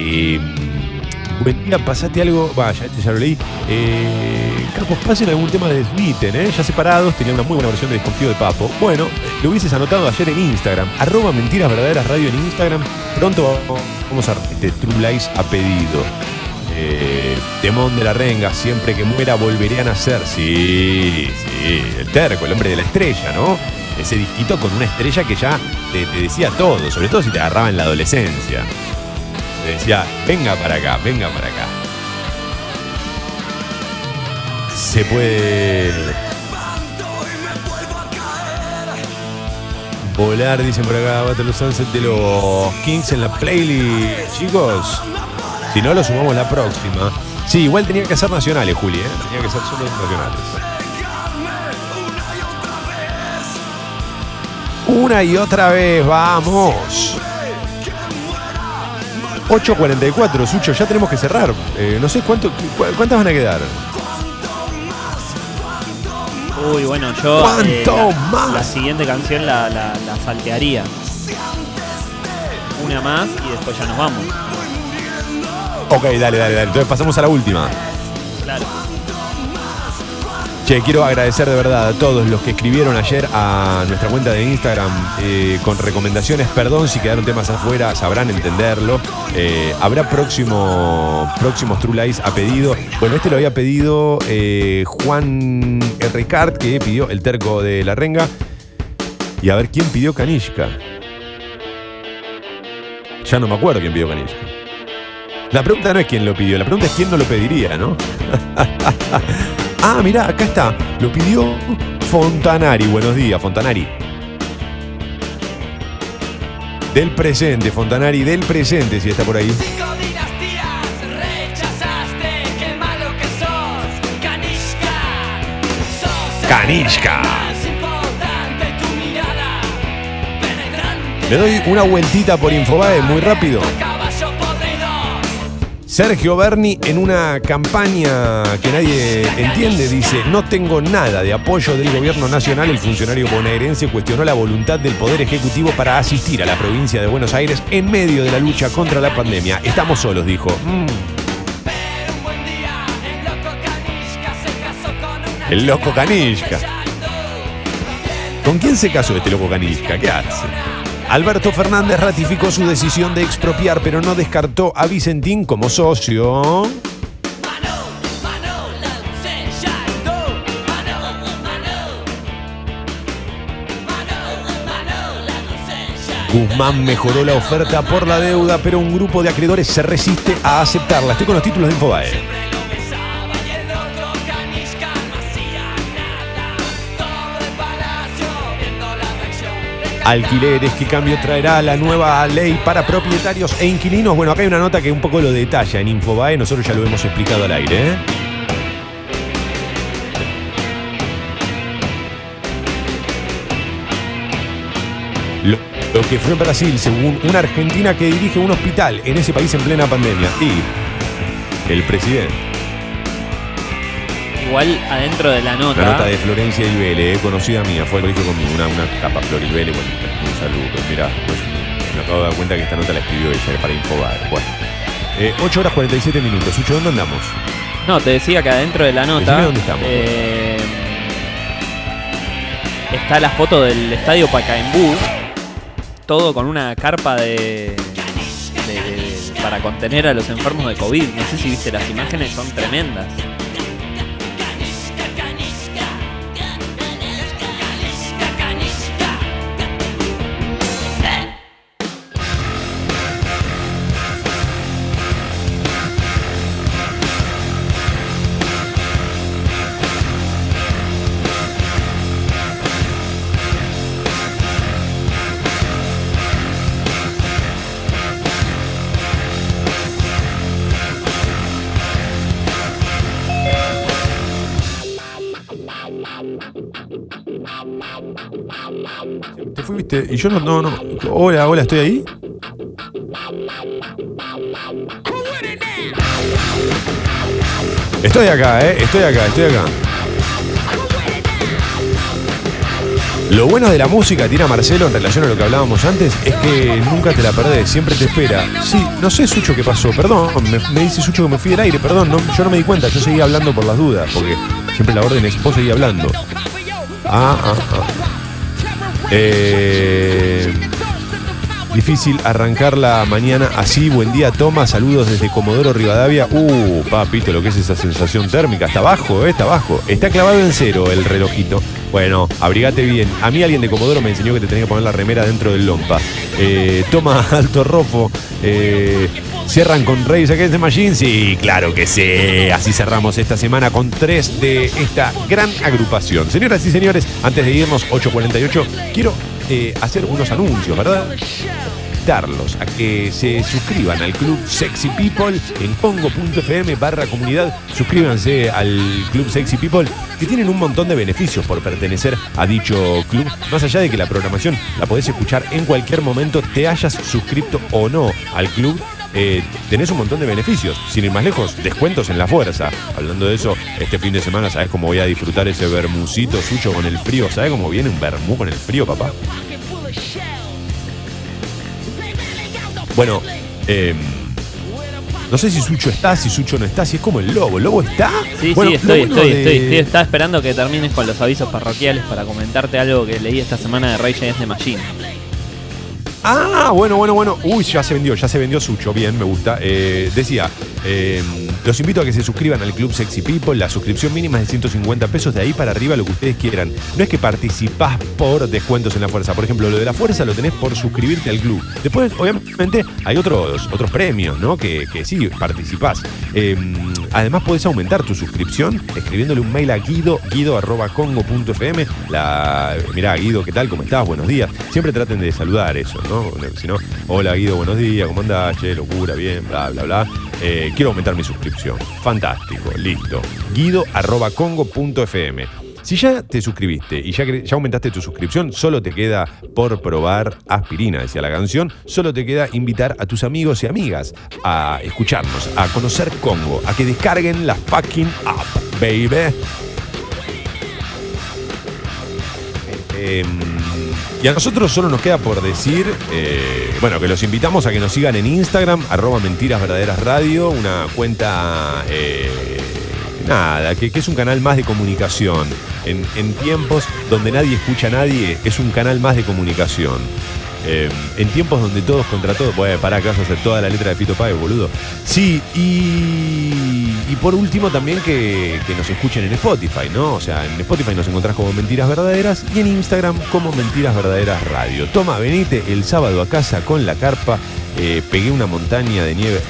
Buen día, pasate algo. Ya lo leí. Capos, pasen algún tema de Smitten, ya separados. Tenía una muy buena versión de Desconfío de Papo. Bueno, lo hubieses anotado ayer en Instagram. @Mentiras Verdaderas Radio en Instagram. Pronto vamos a True Lies a pedido. Temón de la Renga, siempre que muera volveré a nacer. Sí, el terco, el hombre de la estrella, ¿no? Ese disquito con una estrella que ya te decía todo, sobre todo si te agarraba en la adolescencia. Te decía, venga para acá. Se puede volar, dicen por acá, Battle of Sunset de los Kings en la playlist, chicos. Si no, lo sumamos la próxima. Sí, igual tenía que ser nacionales, Juli, tenía que ser solo nacionales. Una y otra vez, vamos. 8:44, Sucho, ya tenemos que cerrar. No sé cuántas van a quedar. Uy, bueno, yo ¿Cuánto más? La siguiente canción la saltearía. Una más y después ya nos vamos. Ok, dale. Entonces pasamos a la última. Claro. Che, quiero agradecer de verdad a todos los que escribieron ayer a nuestra cuenta de Instagram con recomendaciones. Perdón si quedaron temas afuera, sabrán entenderlo. Habrá próximos True Lies a pedido. Bueno, lo había pedido Juan Ricard, que pidió el terco de la Renga. Y a ver, ¿quién pidió Kanishka? Ya no me acuerdo quién pidió Kanishka. La pregunta no es quién lo pidió, la pregunta es quién no lo pediría, ¿no? Ah, mirá, acá está. Lo pidió Fontanari. Buenos días, Fontanari. Del presente, Fontanari, del presente, si está por ahí. Kanishka. Le doy una vueltita por Infobae muy rápido. Sergio Berni, en una campaña que nadie entiende, dice: no tengo nada de apoyo del gobierno nacional. El funcionario bonaerense cuestionó la voluntad del Poder Ejecutivo para asistir a la provincia de Buenos Aires en medio de la lucha contra la pandemia. Estamos solos, dijo. El loco Canishka. ¿Con quién se casó este loco Canishka? ¿Qué hace? Alberto Fernández ratificó su decisión de expropiar, pero no descartó a Vicentín como socio. Guzmán mejoró la oferta por la deuda, pero un grupo de acreedores se resiste a aceptarla. Estoy con los títulos de Infobae. Alquileres, ¿qué cambio traerá la nueva ley para propietarios e inquilinos? Bueno, acá hay una nota que un poco lo detalla en Infobae, nosotros ya lo hemos explicado al aire, ¿eh? Lo que fue en Brasil, según una argentina que dirige un hospital en ese país en plena pandemia. Y el presidente. Igual adentro de la nota. La nota de Florencia Ilvele, conocida mía, fue lo dijo conmigo, una capa Flor Ilvele, bueno, un saludo, mirá, pues, me acabo de dar cuenta que esta nota la escribió ella para Infobae. Bueno, 8 horas 47 minutos. Sucho, ¿dónde andamos? No, te decía que adentro de la nota. Decime dónde estamos. Está la foto del estadio Pacaembu, todo con una carpa para contener a los enfermos de COVID. No sé si viste las imágenes, son tremendas. Te fuiste y yo no. Hola, ¿estoy ahí? Estoy acá. Lo bueno de la música, tira Marcelo, en relación a lo que hablábamos antes, es que nunca te la perdés, siempre te espera. Sí, no sé, Sucho, qué pasó, perdón, me dice Sucho que me fui del aire, perdón, yo no me di cuenta, yo seguía hablando por las dudas, porque siempre la orden es vos seguís hablando. Difícil arrancar la mañana así. Buen día, Toma. Saludos desde Comodoro Rivadavia. Papito, lo que es esa sensación térmica. Está bajo, está bajo. Está clavado en cero el relojito. Bueno, abrigate bien. A mí alguien de Comodoro me enseñó que te tenía que poner la remera dentro del lompa. Toma, Alto Rofo. ¿Cierran con Reyes Against the Machine? Sí, claro que sí. Así cerramos esta semana con 3 de esta gran agrupación. Señoras y señores, antes de irnos, 8:48, quiero hacer unos anuncios, ¿verdad? Invitarlos a que se suscriban al Club Sexy People en congo.fm/comunidad. Suscríbanse al Club Sexy People, que tienen un montón de beneficios por pertenecer a dicho club. Más allá de que la programación la podés escuchar en cualquier momento, te hayas suscrito o no al club. Tenés un montón de beneficios. Sin ir más lejos, descuentos en la fuerza. Hablando de eso, este fin de semana, ¿sabés cómo voy a disfrutar ese vermucito Sucho con el frío? ¿Sabés cómo viene un vermú con el frío, papá? Bueno, no sé si Sucho está, si Sucho no está, si es como el lobo. ¿El lobo está? Sí, bueno, sí, estoy. Estaba esperando que termines con los avisos parroquiales para comentarte algo que leí esta semana de Rage Against the Machine. Bueno. Uy, ya se vendió Sucho. Bien, me gusta. Decía, los invito a que se suscriban al Club Sexy People. La suscripción mínima es de 150 pesos. De ahí para arriba lo que ustedes quieran. No es que participás por descuentos en la fuerza. Por ejemplo, lo de la fuerza lo tenés por suscribirte al club. Después, obviamente, hay otros premios, ¿no? Que sí, participás. Además, podés aumentar tu suscripción escribiéndole un mail a guido@congo.fm. Mirá, Guido, ¿qué tal? ¿Cómo estás? Buenos días. Siempre traten de saludar eso, ¿no? Si no, hola Guido, buenos días, ¿cómo andás? Che, locura, bien, bla, bla, bla. Quiero aumentar mi suscripción. Fantástico, listo. Guido@congo.fm. Si ya te suscribiste y ya aumentaste tu suscripción, solo te queda por probar Aspirina, decía la canción. Solo te queda invitar a tus amigos y amigas a escucharnos, a conocer Congo, a que descarguen la fucking app, baby. Y a nosotros solo nos queda por decir, que los invitamos a que nos sigan en Instagram, @mentirasverdaderasradio, una cuenta, que es un canal más de comunicación. En tiempos donde nadie escucha a nadie, es un canal más de comunicación. En tiempos donde todos contra todos. Bueno, pará, que vas a hacer toda la letra de Fito Páez, boludo. Sí, y por último también que nos escuchen en Spotify, ¿no? O sea, en Spotify nos encontrás como Mentiras Verdaderas y en Instagram como Mentiras Verdaderas Radio. Toma, venite el sábado a casa con la carpa. Pegué una montaña de nieve.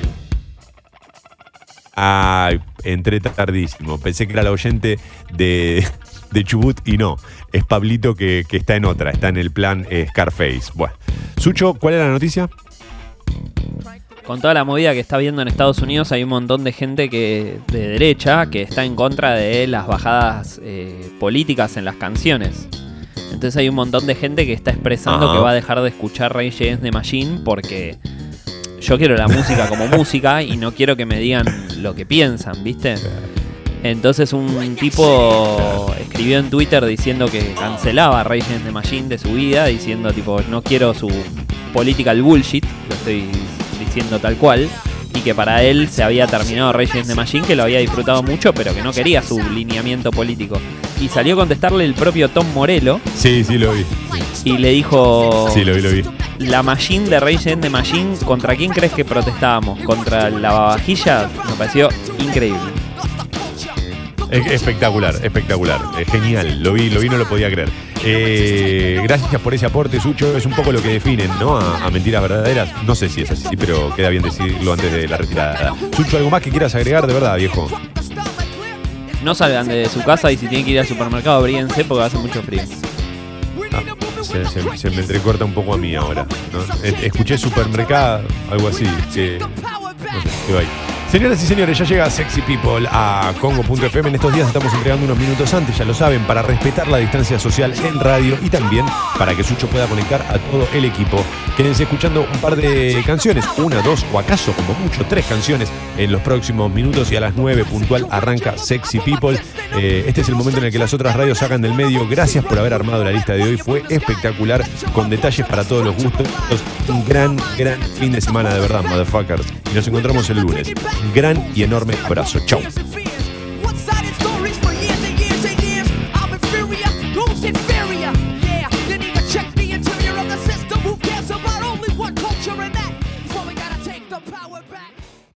Ay, entré tardísimo. Pensé que era la oyente de Chubut y no. Es Pablito que está en otra, está en el plan Scarface. Bueno, Sucho, ¿cuál era la noticia? Con toda la movida que está viendo en Estados Unidos, hay un montón de gente de derecha que está en contra de las bajadas políticas en las canciones. Entonces hay un montón de gente que está expresando que va a dejar de escuchar Rage Against the Machine porque yo quiero la música como música y no quiero que me digan lo que piensan, ¿viste? Entonces un tipo escribió en Twitter diciendo que cancelaba Rage Against the Machine de su vida, diciendo tipo, no quiero su political bullshit, lo estoy diciendo tal cual, y que para él se había terminado Rage Against the Machine, que lo había disfrutado mucho, pero que no quería su lineamiento político. Y salió a contestarle el propio Tom Morello. Sí, lo vi. Y le dijo... Sí, lo vi. La Machine de Rage Against the Machine, ¿contra quién crees que protestábamos? ¿Contra la vajilla? Me pareció increíble. Espectacular. Genial. Lo vi, no lo podía creer. Gracias por ese aporte, Sucho. Es un poco lo que definen, ¿no? A Mentiras Verdaderas. No sé si es así, pero queda bien decirlo antes de la retirada. Sucho, ¿algo más que quieras agregar de verdad, viejo? No salgan de su casa y si tienen que ir al supermercado, abríguense porque hace mucho frío. Se me entrecorta un poco a mí ahora, ¿no? Escuché supermercado, algo así. No sé, qué va ahí. Señoras y señores, ya llega Sexy People a Congo.fm. En estos días estamos entregando unos minutos antes, ya lo saben, para respetar la distancia social en radio y también para que Sucho pueda conectar a todo el equipo. Quédense escuchando un par de canciones, 1, 2 o acaso como mucho 3 canciones en los próximos minutos y a las 9 puntual arranca Sexy People. Este es el momento en el que las otras radios sacan del medio. Gracias por haber armado la lista de hoy, fue espectacular, con detalles para todos los gustos. Un gran fin de semana de verdad, motherfuckers. Y nos encontramos el lunes. Gran y enorme abrazo. Chau.